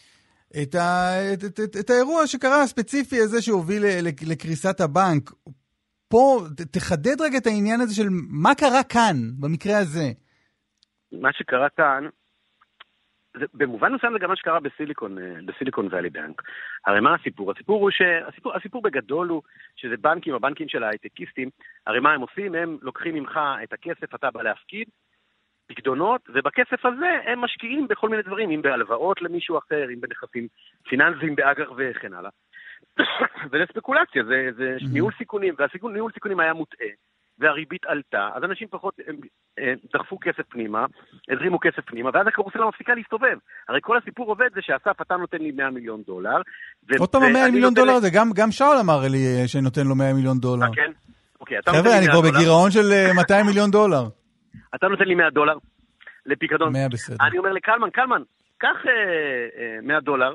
את, ה, את, את, את, את האירוע שקרה הספציפי הזה שהוביל לקריסת הבנק. פה תחדד רגע את העניין הזה של מה קרה כאן, במקרה הזה. מה שקרה כאן, זה, במובן מסוים זה גם מה שקרה בסיליקון, בסיליקון ואלי בנק. הרי מה הסיפור? הסיפור הוא שהסיפור, הסיפור בגדול הוא שזה בנקים, הבנקים של ההייטקיסטים, הרי מה הם עושים? הם לוקחים ממך את הכסף, אתה בא להפקיד, פקדונות, ובכסף הזה הם משקיעים בכל מיני דברים, אם בהלוואות למישהו אחר, אם בנכסים פיננסיים, באג"ח וכן הלאה. וזה ספקולציה, זה, זה ניהול סיכונים, והניהול סיכונים היה מוטעה, והריבית עלתה, אז אנשים פחות הם, הם, דחפו כסף פנימה, הזרימו כסף פנימה, ואז הקרוסלה מפסיקה להסתובב. הרי כל הסיפור עובד זה שאסף, אתה נותן לי מאה מיליון דולר. עוד פעם מאה מיליון דולר הזה, גם, גם שאול אמר לי שנותן לו מאה מיליון דולר. כן? אוקיי, חבר'ה, אני כבר בגירעון של מאתיים מיליון דולר. אתה נותן לי מאה דולר לפיקדון. מאה בסדר. אני אומר לקלמן, קלמן, קח מאה דולר,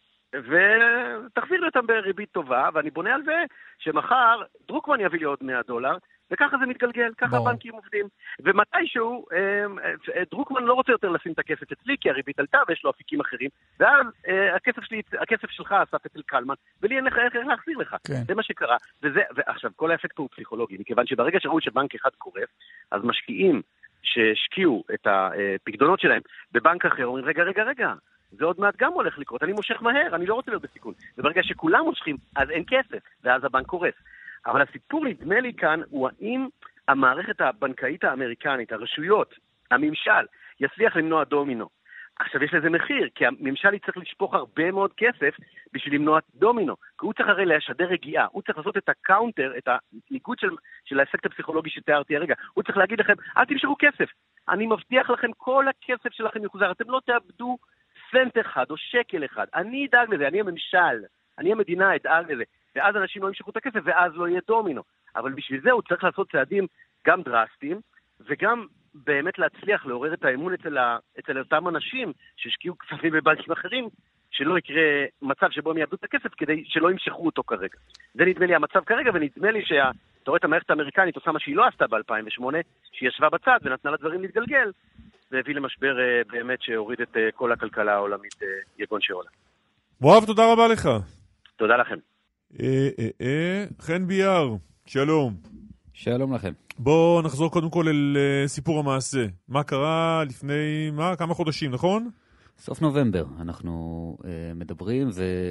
ותחזיר לי אותם בריבית טובה, ואני בונה על זה שמחר דרוקמן יביא לי עוד מאה דולר, וככה זה מתגלגל, ככה הבנקים עובדים. ומתישהו, דרוקמן לא רוצה יותר לשים את הכסף אצלי, כי הריבית עלתה ויש לו אפיקים אחרים, ואז הכסף שלי, הכסף שלך אסף אצל קלמן, ולי אין לך איך להחזיר לך. כן. זה מה שקרה. וזה, ועכשיו, כל האפקט הוא פסיכולוגי, מכיוון שברגע שראו שבנק אחד קורס, אז משקיעים שהשקיעו את הפקדונות שלהם בבנק אחר, אומרים, רגע, רגע, רגע, זה עוד מעט גם הולך לקרות, אני מושך מהר, אני לא רוצה להיות בסיכון. וברגע שכולם מושכים, אז אין כסף, ואז הבנק קורס. אבל הסיפור נדמה לי כאן הוא האם המערכת הבנקאית האמריקנית, הרשויות, הממשל, יצליח למנוע דומינו. עכשיו יש לזה מחיר, כי הממשל יצטרך לשפוך הרבה מאוד כסף בשביל למנוע דומינו. כי הוא צריך הרי לשדר רגיעה, הוא צריך לעשות את הקאונטר, את הניגוד של, של האפקט הפסיכולוגי שתיארתי הרגע. הוא צריך להגיד לכם, אל תמשכו כסף, אני מבטיח לכם כל הכסף שלכם יחוזר, אתם לא תאבדו סנט אחד או שקל אחד, אני אדאג לזה, אני הממשל, אני המדינה אדאג לזה. ואז אנשים לא ימשכו את הכסף, ואז לא יהיה דומינו. אבל בשביל זה הוא צריך לעשות צעדים גם דרסטיים, וגם באמת להצליח לעורר את האמון אצל, ה... אצל אותם אנשים שהשקיעו כספים בבנקים אחרים, שלא יקרה מצב שבו הם יאבדו את הכסף, כדי שלא ימשכו אותו כרגע. זה נדמה לי המצב כרגע, ונדמה לי שה... אתה רואה את המערכת האמריקנית עושה מה שהיא לא עשתה ב-אלפיים ושמונה, שהיא ישבה בצד ונתנה לדברים להתגלגל, והביא למשבר באמת שהוריד את כל הכלכלה העולמית יגון שעולה. מואב, תודה רבה לך. תודה לכם. אה, אה, אה, חן ביאר, שלום. שלום לכם. בואו נחזור קודם כל אל uh, סיפור המעשה. מה קרה לפני, מה? כמה חודשים, נכון? סוף נובמבר אנחנו uh, מדברים,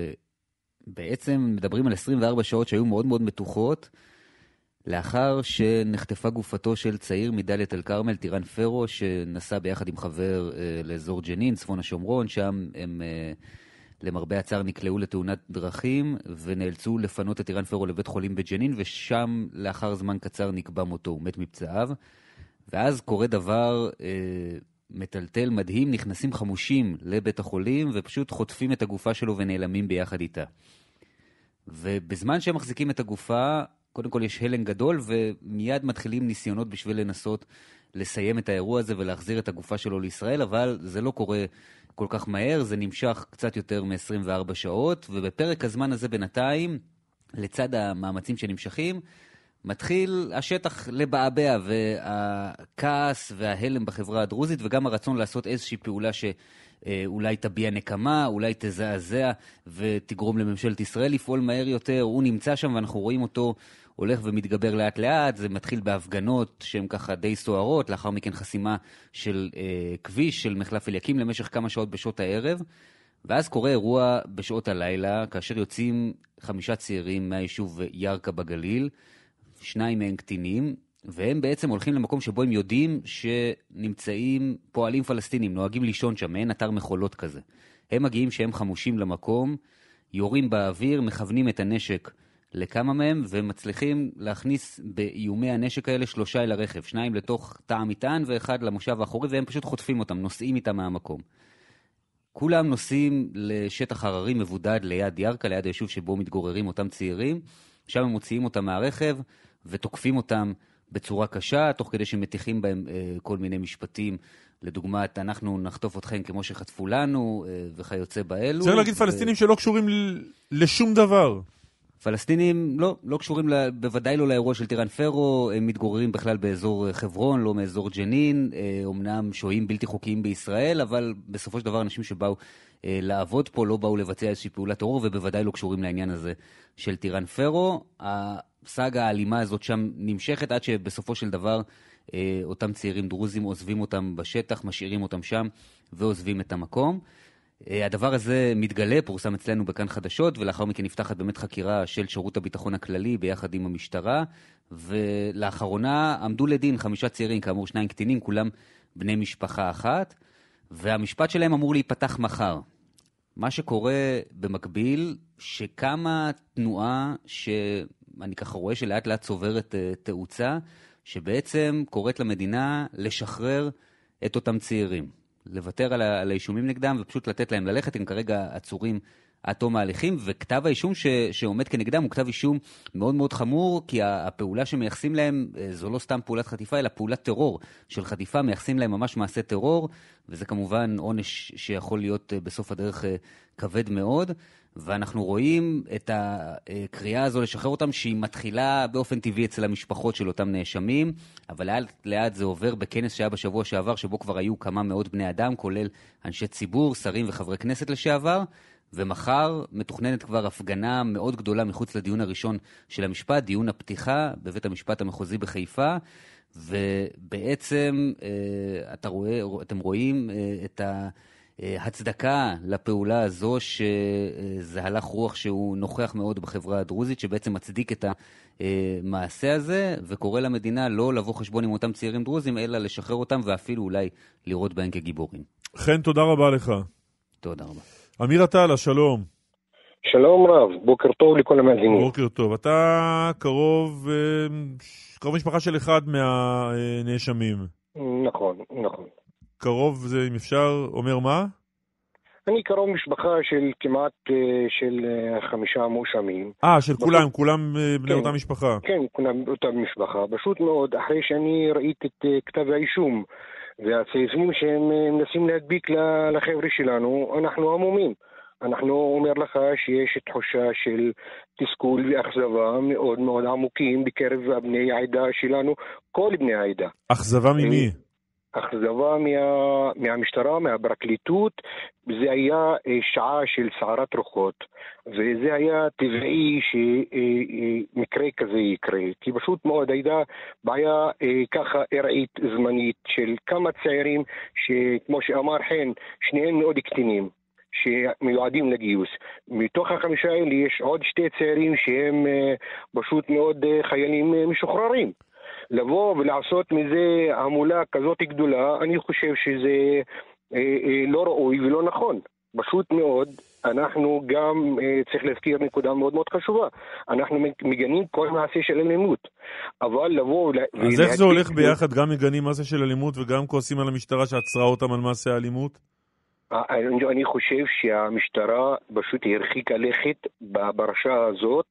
ובעצם מדברים על עשרים וארבע שעות שהיו מאוד מאוד מתוחות, לאחר שנחטפה גופתו של צעיר מדלית אל כרמל, טירן פרו, שנסע ביחד עם חבר uh, לאזור ג'נין, צפון השומרון, שם הם... Uh, למרבה הצער נקלעו לתאונת דרכים ונאלצו לפנות את טירן פרו לבית חולים בג'נין, ושם לאחר זמן קצר נקבע מותו, הוא מת מפצעיו. ואז קורה דבר אה, מטלטל מדהים, נכנסים חמושים לבית החולים ופשוט חוטפים את הגופה שלו ונעלמים ביחד איתה. ובזמן שהם מחזיקים את הגופה, קודם כל יש הלם גדול, ומיד מתחילים ניסיונות בשביל לנסות לסיים את האירוע הזה ולהחזיר את הגופה שלו לישראל, אבל זה לא קורה כל כך מהר, זה נמשך קצת יותר מ-עשרים וארבע שעות, ובפרק הזמן הזה בינתיים, לצד המאמצים שנמשכים, מתחיל השטח לבעבע, והכעס וההלם בחברה הדרוזית, וגם הרצון לעשות איזושהי פעולה שאולי תביע נקמה, אולי תזעזע ותגרום לממשלת ישראל לפעול מהר יותר. הוא נמצא שם ואנחנו רואים אותו הולך ומתגבר לאט לאט, זה מתחיל בהפגנות שהן ככה די סוערות, לאחר מכן חסימה של אה, כביש של מחלף אליקים למשך כמה שעות בשעות הערב, ואז קורה אירוע בשעות הלילה, כאשר יוצאים חמישה צעירים מהיישוב ירקה בגליל, שניים מהם קטינים, והם בעצם הולכים למקום שבו הם יודעים שנמצאים פועלים פלסטינים, נוהגים לישון שם, אין אתר מחולות כזה. הם מגיעים שהם חמושים למקום, יורים באוויר, מכוונים את הנשק לכמה מהם, ומצליחים להכניס באיומי הנשק האלה שלושה אל הרכב, שניים לתוך תא המטען ואחד למושב האחורי, והם פשוט חוטפים אותם, נוסעים איתם מהמקום. כולם נוסעים לשטח הררי מבודד ליד ירקה, ליד היישוב שבו מתגוררים אותם צעירים, שם הם מוציאים אותם מהרכב ותוקפים אותם בצורה קשה, תוך כדי שמתיחים בהם אה, כל מיני משפטים, לדוגמת, אנחנו נחטוף אתכם כמו שחטפו לנו, אה, וכיוצא באלו. צריך להגיד ו... פלסטינים שלא קשורים ל... לשום דבר. פלסטינים לא, לא קשורים, לה, בוודאי לא לאירוע של טירן פרו, הם מתגוררים בכלל באזור חברון, לא מאזור ג'נין, אומנם שוהים בלתי חוקיים בישראל, אבל בסופו של דבר אנשים שבאו לעבוד פה, לא באו לבצע איזושהי פעולת טרור, ובוודאי לא קשורים לעניין הזה של טירן פרו. הסאגה האלימה הזאת שם נמשכת עד שבסופו של דבר אותם צעירים דרוזים עוזבים אותם בשטח, משאירים אותם שם ועוזבים את המקום. הדבר הזה מתגלה, פורסם אצלנו בכאן חדשות, ולאחר מכן נפתחת באמת חקירה של שירות הביטחון הכללי ביחד עם המשטרה, ולאחרונה עמדו לדין חמישה צעירים, כאמור שניים קטינים, כולם בני משפחה אחת, והמשפט שלהם אמור להיפתח מחר. מה שקורה במקביל, שקמה תנועה שאני ככה רואה שלאט לאט צוברת תאוצה, שבעצם קוראת למדינה לשחרר את אותם צעירים. לוותר על, ה- על האישומים נגדם ופשוט לתת להם ללכת. הם כרגע עצורים עד תום ההליכים, וכתב האישום ש- שעומד כנגדם הוא כתב אישום מאוד מאוד חמור, כי הפעולה שמייחסים להם זו לא סתם פעולת חטיפה, אלא פעולת טרור של חטיפה, מייחסים להם ממש מעשה טרור, וזה כמובן עונש שיכול להיות בסוף הדרך כבד מאוד. ואנחנו רואים את הקריאה הזו לשחרר אותם, שהיא מתחילה באופן טבעי אצל המשפחות של אותם נאשמים, אבל לאט לאט זה עובר בכנס שהיה בשבוע שעבר, שבו כבר היו כמה מאות בני אדם, כולל אנשי ציבור, שרים וחברי כנסת לשעבר, ומחר מתוכננת כבר הפגנה מאוד גדולה מחוץ לדיון הראשון של המשפט, דיון הפתיחה בבית המשפט המחוזי בחיפה, ובעצם אתה רואה, אתם רואים את ה... הצדקה לפעולה הזו, שזה הלך רוח שהוא נוכח מאוד בחברה הדרוזית, שבעצם מצדיק את המעשה הזה, וקורא למדינה לא לבוא חשבון עם אותם צעירים דרוזים, אלא לשחרר אותם ואפילו אולי לראות בהם כגיבורים. חן, תודה רבה לך. תודה רבה. אמיר עטאללה, שלום. שלום רב, בוקר טוב לכל המאזינים. בוקר טוב. אתה קרוב, קרוב משפחה של אחד מהנאשמים. נכון, נכון. קרוב זה, אם אפשר, אומר מה? אני קרוב משפחה של כמעט של חמישה מואשמים. אה, של כולם, כולם בני אותה משפחה. כן, כולם אותה משפחה. פשוט מאוד, אחרי שאני ראיתי את כתב האישום והצעירים שהם מנסים להדביק לחבר'ה שלנו, אנחנו עמומים. אנחנו אומר לך שיש תחושה של תסכול ואכזבה מאוד מאוד עמוקים בקרב בני העדה שלנו, כל בני העדה. אכזבה ממי? אכזבה מה, מהמשטרה, מהפרקליטות. זה היה שעה של סערת רוחות, וזה היה טבעי שמקרה כזה יקרה, כי פשוט מאוד הייתה בעיה ככה ארעית זמנית של כמה צעירים שכמו שאמר חן, שניהם מאוד קטינים שמיועדים לגיוס. מתוך החמישה האלה יש עוד שתי צעירים שהם פשוט מאוד חיילים משוחררים. לבוא ולעשות מזה המולה כזאת גדולה, אני חושב שזה אה, אה, לא ראוי ולא נכון. פשוט מאוד, אנחנו גם אה, צריך להזכיר נקודה מאוד מאוד חשובה. אנחנו מגנים כל מעשה של אלימות. אבל לבוא... אז איך זה הולך ביחד? גם מגנים מעשה של אלימות וגם כועסים על המשטרה שעצרה אותם על מעשה האלימות? אני, אני חושב שהמשטרה פשוט הרחיקה לכת בפרשה הזאת,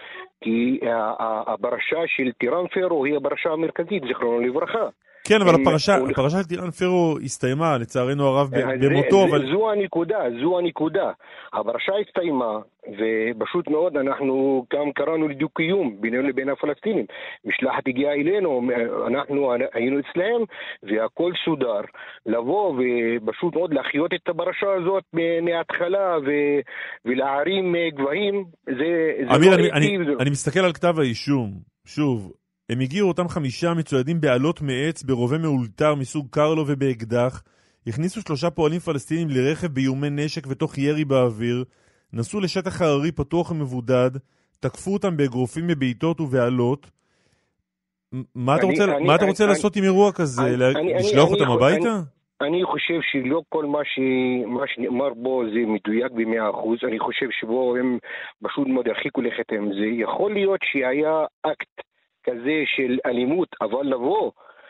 כי הפרשה של טירן פרו היא הפרשה המרכזית, זכרונו לברכה. כן, אבל הפרשה, הפרשה של טירן פרו הסתיימה, לצערנו הרב, במותו. אבל... זו הנקודה, זו הנקודה. הפרשה הסתיימה, ופשוט מאוד אנחנו גם קראנו לדו-קיום בינינו לבין הפלסטינים. משלחת הגיעה אלינו, אנחנו היינו אצלם, והכל סודר. לבוא ופשוט מאוד להחיות את הפרשה הזאת מההתחלה, ו- ולהערים גבהים, זה... אמיר, לא אני, אני, זה... אני מסתכל על כתב האישום, שוב, הם הגיעו אותם חמישה מצוידים בעלות מעץ ברובה מאולתר מסוג קרלו ובאקדח, הכניסו שלושה פועלים פלסטינים לרכב באיומי נשק ותוך ירי באוויר, נסעו לשטח הררי פתוח ומבודד, תקפו אותם באגרופים בביתות ובעלות. מה אתה רוצה, אני, מה אתה רוצה אני, לעשות עם אירוע כזה? אני, לשלוח אני, אותם אני, הביתה? אני, אני חושב שלא כל מה, ש, מה שנאמר בו זה מדויק במאה אחוז. אני חושב שבו הם פשוט מאוד הרחיקו לכת עם זה. יכול להיות שהיה אקט כזה של אלימות, אבל לבוא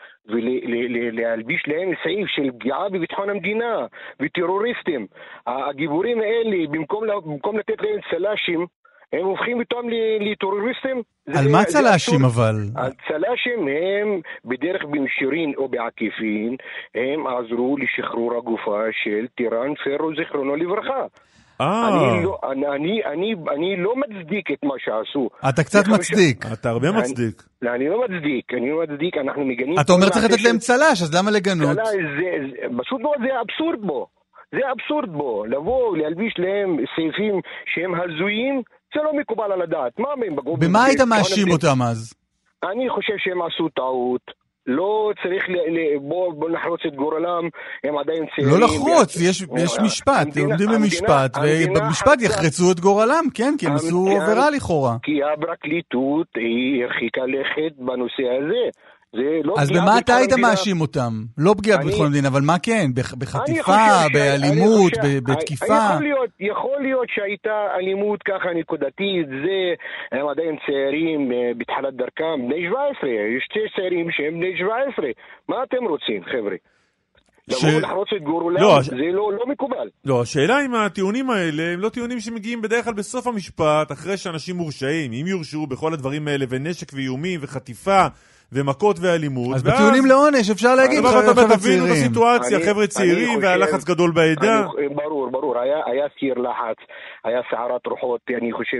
ולהלביש להם סעיף של פגיעה בביטחון המדינה וטרוריסטים. הגיבורים האלה, במקום, במקום לתת להם צל"שים, הם הופכים אותם לטרוריסטים. על מה צל"שים אבל? הצל"שים הם בדרך במישרין או בעקיפין, הם עזרו לשחרור הגופה של טירן פרו זכרונו לברכה. אני לא, אני, אני, אני לא מצדיק את מה שעשו. אתה קצת מצדיק. אתה הרבה מצדיק. לא, אני לא מצדיק, אני לא מצדיק, אנחנו מגנים... אתה אומר צריך לתת להם צל"ש, אז למה לגנות? פשוט מאוד זה אבסורד בו. זה אבסורד בו. לבוא, להלביש להם סעיפים שהם הזויים, זה לא מקובל על הדעת. מה הם בגו... במה היית מאשים אותם אז? אני חושב שהם עשו טעות. לא צריך, בוא נחרוץ את גורלם, הם עדיין צעירים. לא לחרוץ, יש משפט, עומדים במשפט, ובמשפט יחרצו את גורלם, כן, כי הם עשו עבירה לכאורה. כי הפרקליטות היא הרחיקה לכת בנושא הזה. אז במה אתה היית מאשים אותם? לא פגיעה בביטחון המדינה, אבל מה כן? בחטיפה, באלימות, בתקיפה? יכול להיות שהייתה אלימות ככה נקודתית, זה, הם עדיין צעירים בתחילת דרכם, בני שבע עשרה, יש שתי צעירים שהם בני שבע עשרה, מה אתם רוצים, חבר'ה? לבוא לחרוץ את גורלם, זה לא מקובל. לא, השאלה עם הטיעונים האלה, הם לא טיעונים שמגיעים בדרך כלל בסוף המשפט, אחרי שאנשים מורשעים, אם יורשעו בכל הדברים האלה, ונשק ואיומים וחטיפה, ומכות ואלימות. אז בטיעונים לעונש אפשר להגיד חבר'ה צעירים. תבינו את הסיטואציה, חבר'ה צעירים, והלחץ גדול בעדה. ברור, ברור, היה סיר לחץ, היה סערת רוחות, אני חושב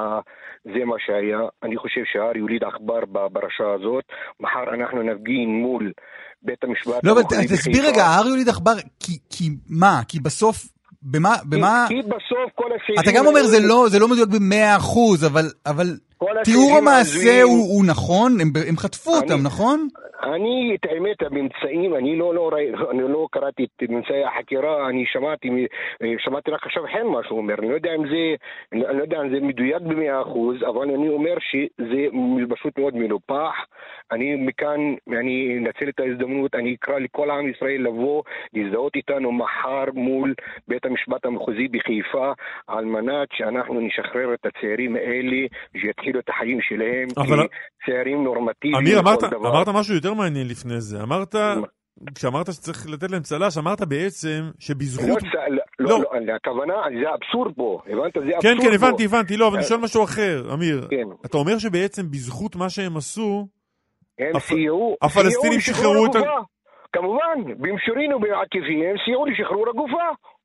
שזה מה שהיה, אני חושב שההר יוליד עכבר בפרשה הזאת, מחר אנחנו נפגין מול בית המשפט. לא, אבל תסביר רגע, ההר יוליד עכבר, כי מה? כי בסוף... במה, במה... כי בסוף כל הסעיפים... אתה גם אומר, זה לא, זה לא מדויק ב-מאה אחוז, אבל, אבל תיאור המעשה הוא, הוא נכון, הם, הם חטפו אותם, נכון? אני, את האמת, הממצאים, אני לא, לא, אני לא קראתי את ממצאי החקירה, אני שמעתי, שמעתי רק עכשיו חן מה שהוא אומר, אני לא יודע אם זה, אני לא יודע אם זה מדויק ב-מאה אחוז, אבל אני אומר שזה פשוט מאוד מנופח, אני מכאן, אני אנצל את ההזדמנות, אני אקרא לכל עם ישראל לבוא, להזדהות איתנו מחר מול בית המשפט המחוזי בחיפה, על מנת שאנחנו נשחרר את הצעירים האלה, שיתחילו את החיים שלהם, אבל... כצעירים נורמטיביים. אמיר, אמרת, אמרת משהו יותר מעניין לפני זה, אמרת... כשאמרת שצריך לתת להם צל"ש, אמרת בעצם שבזכות... לא, לא, לא, הכוונה, זה אבסורד פה, הבנת? זה אבסורד כן, פה. כן, הבנתי, הבנתי, לא, אבל אני שואל משהו אחר, אמיר. אתה אומר שבעצם בזכות מה שהם עשו, הם סייעו, הפלסטינים שחררו את... כמובן, במישרין ובעקיפין, הם סייעו לשחרור הגופה.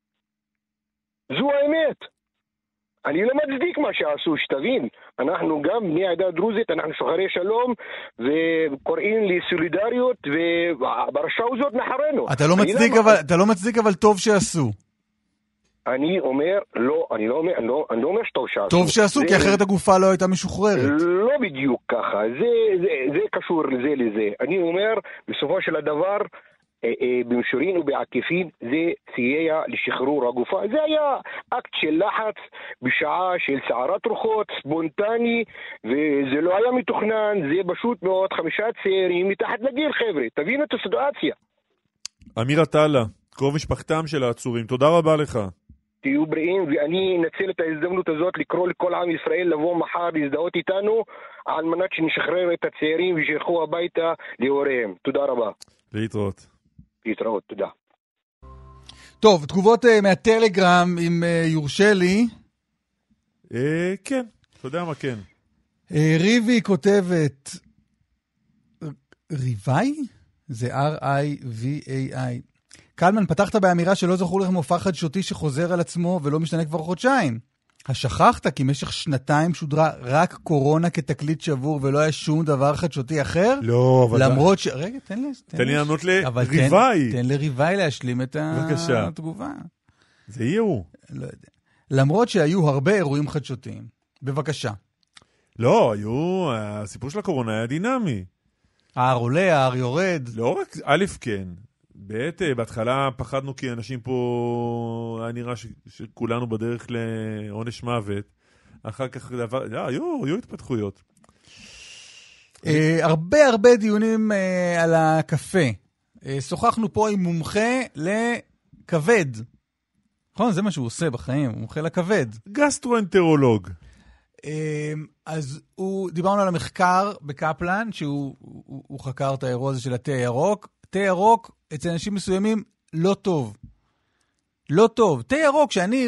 זו האמת. אני לא מצדיק מה שעשו, שתבין. אנחנו גם בני העדה הדרוזית, אנחנו שוחרי שלום, וקוראים לסולידריות, וברשע הזאת נחרנו. אתה לא מצדיק, אבל, אתה לא מצדיק, אבל טוב שעשו. אני אומר, לא, אני לא אומר, אני לא, אני לא אומר שטוב שעשו. טוב שעשו, כי אחרת הגופה לא הייתה משוחררת. לא בדיוק ככה, זה, זה, זה קשור לזה לזה. אני אומר, בסופו של הדבר, במישרין ובעקיפין, זה סייע לשחרור הגופה. זה היה אקט של לחץ בשעה של סערת רוחות, ספונטני, וזה לא היה מתוכנן, זה פשוט מאוד חמישה צעירים מתחת לגיל, חבר'ה. תבינו את הסיטואציה. אמיר עטאללה, קרוב משפחתם של העצורים, תודה רבה לך. תהיו בריאים, ואני אנצל את ההזדמנות הזאת לקרוא לכל עם ישראל לבוא מחר להזדהות איתנו, על מנת שנשחרר את הצעירים ושיחזרו הביתה להוריהם. תודה רבה. להתראות. להתראות, תודה. טוב, תגובות uh, מהטלגרם, אם uh, יורשה לי. Uh, כן, אתה יודע מה כן. Uh, ריבי כותבת, ריבי? זה R-I-V-A-I. קלמן, פתחת באמירה שלא זכור לך מופע חדשותי שחוזר על עצמו ולא משתנה כבר חודשיים. השכחת כי משך שנתיים שודרה רק קורונה כתקליט שבור ולא היה שום דבר חדשותי אחר? לא, אבל... למרות ש... רגע, תן לי... תן לי לענות לריוואי. תן לריוואי להשלים את התגובה. זה יהיה הוא. לא יודע. למרות שהיו הרבה אירועים חדשותיים. בבקשה. לא, היו... הסיפור של הקורונה היה דינמי. ההר עולה, ההר יורד. לא רק... א' כן. בעת, בהתחלה פחדנו כי אנשים פה, היה נראה ש, שכולנו בדרך לעונש מוות. אחר כך דבר, לא, היו, היו התפתחויות. אה, הרבה הרבה דיונים אה, על הקפה. אה, שוחחנו פה עם מומחה לכבד. נכון, זה מה שהוא עושה בחיים, מומחה לכבד. גסטרואנטרולוג. אה, אז הוא, דיברנו על המחקר בקפלן, שהוא הוא, הוא חקר את האירוע הזה של התה הירוק. תה ירוק אצל אנשים מסוימים לא טוב. לא טוב. תה ירוק, שאני,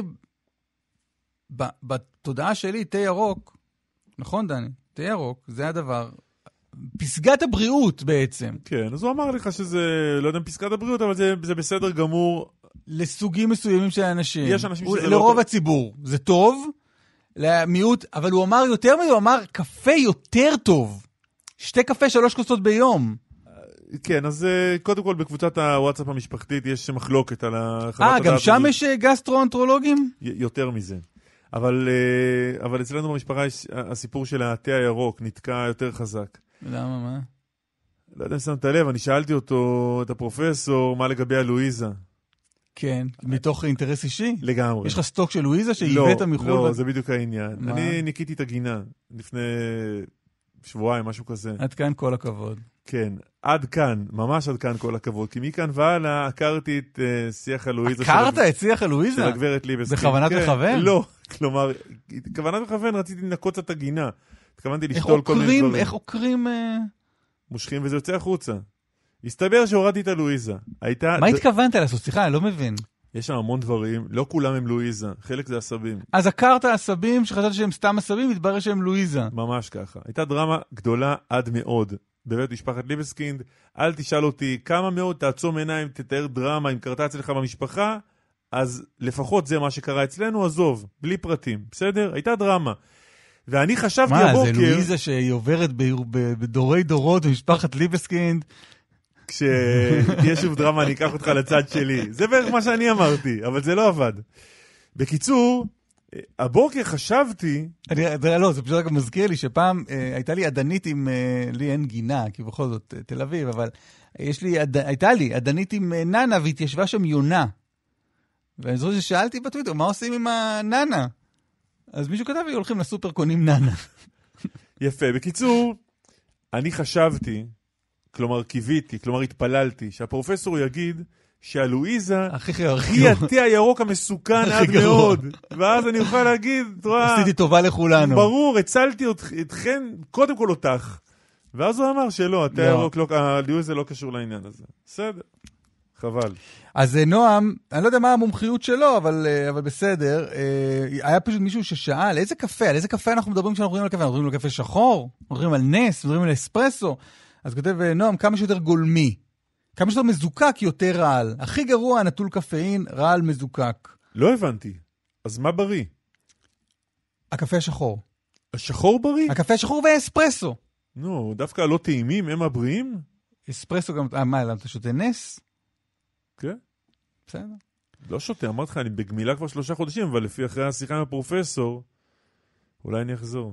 בתודעה שלי, תה ירוק, נכון דני? תה ירוק, זה הדבר, פסגת הבריאות בעצם. כן, אז הוא אמר לך שזה, לא יודע אם פסגת הבריאות, אבל זה, זה בסדר גמור. לסוגים מסוימים של אנשים. יש אנשים שזה לא... לרוב הציבור. זה טוב, למיעוט, אבל הוא אמר יותר מזה, הוא אמר קפה יותר טוב. שתי קפה, שלוש כוסות ביום. כן, אז קודם כל בקבוצת הוואטסאפ המשפחתית יש מחלוקת על החוות הדעת. אה, גם שם יש גסטרואנטרולוגים? יותר מזה. אבל, אבל אצלנו במשפחה יש הסיפור של התה הירוק, נתקע יותר חזק. למה, מה? לא יודע אם שמת לב, אני שאלתי אותו, את הפרופסור, מה לגבי הלואיזה? כן, מתוך אינטרס אישי? לגמרי. יש לך סטוק של לואיזה שהבאת מחול? לא, זה בדיוק העניין. אני ניקיתי את הגינה לפני שבועיים, משהו כזה. עד כאן כל הכבוד. כן, עד כאן, ממש עד כאן כל הכבוד. כי מכאן והלאה הכרתי את שיח הלואיזה. הכרת את שיח הלואיזה? של הגברת ליבסקינד. בכוונת מכוון? לא, כלומר, בכוונת מכוון רציתי לנקות את הגינה. התכוונתי לשתול כל מיני דברים. איך עוקרים... מושכים וזה יוצא החוצה. הסתבר שהורדתי את הלואיזה. הייתה... מה התכוונת לעשות? סליחה, אני לא מבין. יש שם המון דברים, לא כולם הם לואיזה, חלק זה עשבים. אז הכרת עשבים שחשבת שהם סתם עשבים, התברר שהם לואיזה. ממש ככה. הייתה דרמה גדולה עד מאוד. בבית משפחת ליבסקינד, אל תשאל אותי כמה מאוד, תעצום עיניים, תתאר דרמה, אם קרתה אצלך במשפחה, אז לפחות זה מה שקרה אצלנו, עזוב, בלי פרטים, בסדר? הייתה דרמה. ואני חשבתי מה, הבוקר... מה, זה לואיזה שהיא עוברת בדורי דורות במשפחת ליבסקינד? כשתהיה שוב דרמה, אני אקח אותך לצד שלי. זה בערך מה שאני אמרתי, אבל זה לא עבד. בקיצור, הבוקר חשבתי... אני, לא, זה פשוט רק מזכיר לי שפעם אה, הייתה לי עדנית עם... אה, לי אין גינה, כי בכל זאת אה, תל אביב, אבל יש לי, עד, הייתה לי עדנית עם אה, ננה, והתיישבה שם יונה. ואני זוכר ששאלתי בטוויטר, מה עושים עם הננה? אז מישהו כתב לי, הולכים לסופר קונים ננה. יפה, בקיצור, אני חשבתי, כלומר קיוויתי, כלומר התפללתי, שהפרופסור יגיד שהלואיזה היא התה הירוק המסוכן עד מאוד. ואז אני אוכל להגיד, עשיתי טובה לכולנו. ברור, הצלתי אתכן, קודם כל אותך. ואז הוא אמר שלא, התה הירוק, הלואיזה לא קשור לעניין הזה. בסדר, חבל. אז נועם, אני לא יודע מה המומחיות שלו, אבל, אבל בסדר, היה פשוט מישהו ששאל, איזה קפה, על איזה קפה אנחנו מדברים כשאנחנו מדברים על קפה? אנחנו מדברים על קפה שחור, אנחנו מדברים על נס, מדברים על אספרסו. אז כותב נועם, כמה שיותר גולמי, כמה שיותר מזוקק יותר רעל. הכי גרוע, נטול קפאין, רעל מזוקק. לא הבנתי. אז מה בריא? הקפה השחור. השחור בריא? הקפה השחור והאספרסו. נו, דווקא לא טעימים, הם הבריאים? אספרסו גם, אה, מה, אתה שותה נס? כן. בסדר. לא שותה, אמרתי לך, אני בגמילה כבר שלושה חודשים, אבל לפי אחרי השיחה עם הפרופסור, אולי אני אחזור.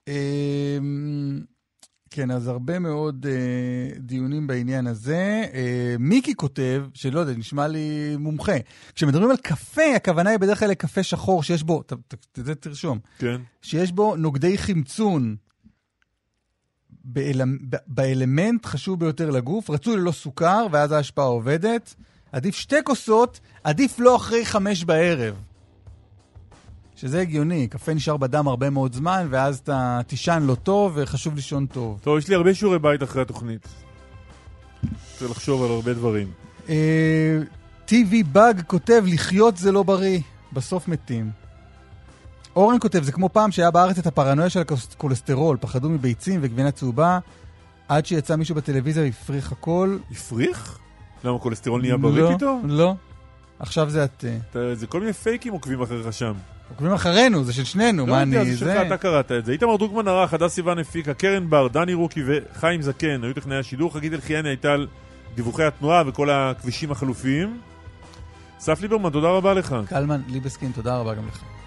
כן, אז הרבה מאוד דיונים בעניין הזה. מיקי כותב, שלא יודע, נשמע לי מומחה. כשמדברים על קפה, הכוונה היא בדרך כלל לקפה שחור, שיש בו, זה תרשום, כן. שיש בו נוגדי חמצון, באלמנט חשוב ביותר לגוף, רצוי ללא סוכר, ואז ההשפעה עובדת. עדיף שתי כוסות, עדיף לא אחרי חמש בערב. שזה הגיוני, קפה נשאר בדם הרבה מאוד זמן, ואז אתה תישן לא טוב, וחשוב לישון טוב. טוב, יש לי הרבה שיעורי בית אחרי התוכנית. צריך לחשוב על הרבה דברים. טי וי בג כותב, לחיות זה לא בריא, בסוף מתים. אורן כותב, זה כמו פעם שהיה בארץ את הפרנויה של הקולסטרול, פחדו מביצים וגבינה צהובה, עד שיצא מישהו בטלוויזיה והפריך הכל. הפריך? למה קולסטרול נהיה בריא פתאום? לא, עכשיו זה את... זה כל מיני פייקים עוקבים אחריך שם. עוקבים אחרינו, זה של שנינו, מה אני... לא יודע, זה שלך, אתה קראת את זה. איתמר דרוקמן ערך, הדס סיוון הפיקה, קרן בר, דני רוקי וחיים זקן, היו טכנאי השידור, חגית אלחייני הייתה על דיווחי התנועה וכל הכבישים החלופיים. אסף ליברמן, תודה רבה לך. קלמן ליבסקין, תודה רבה גם לך.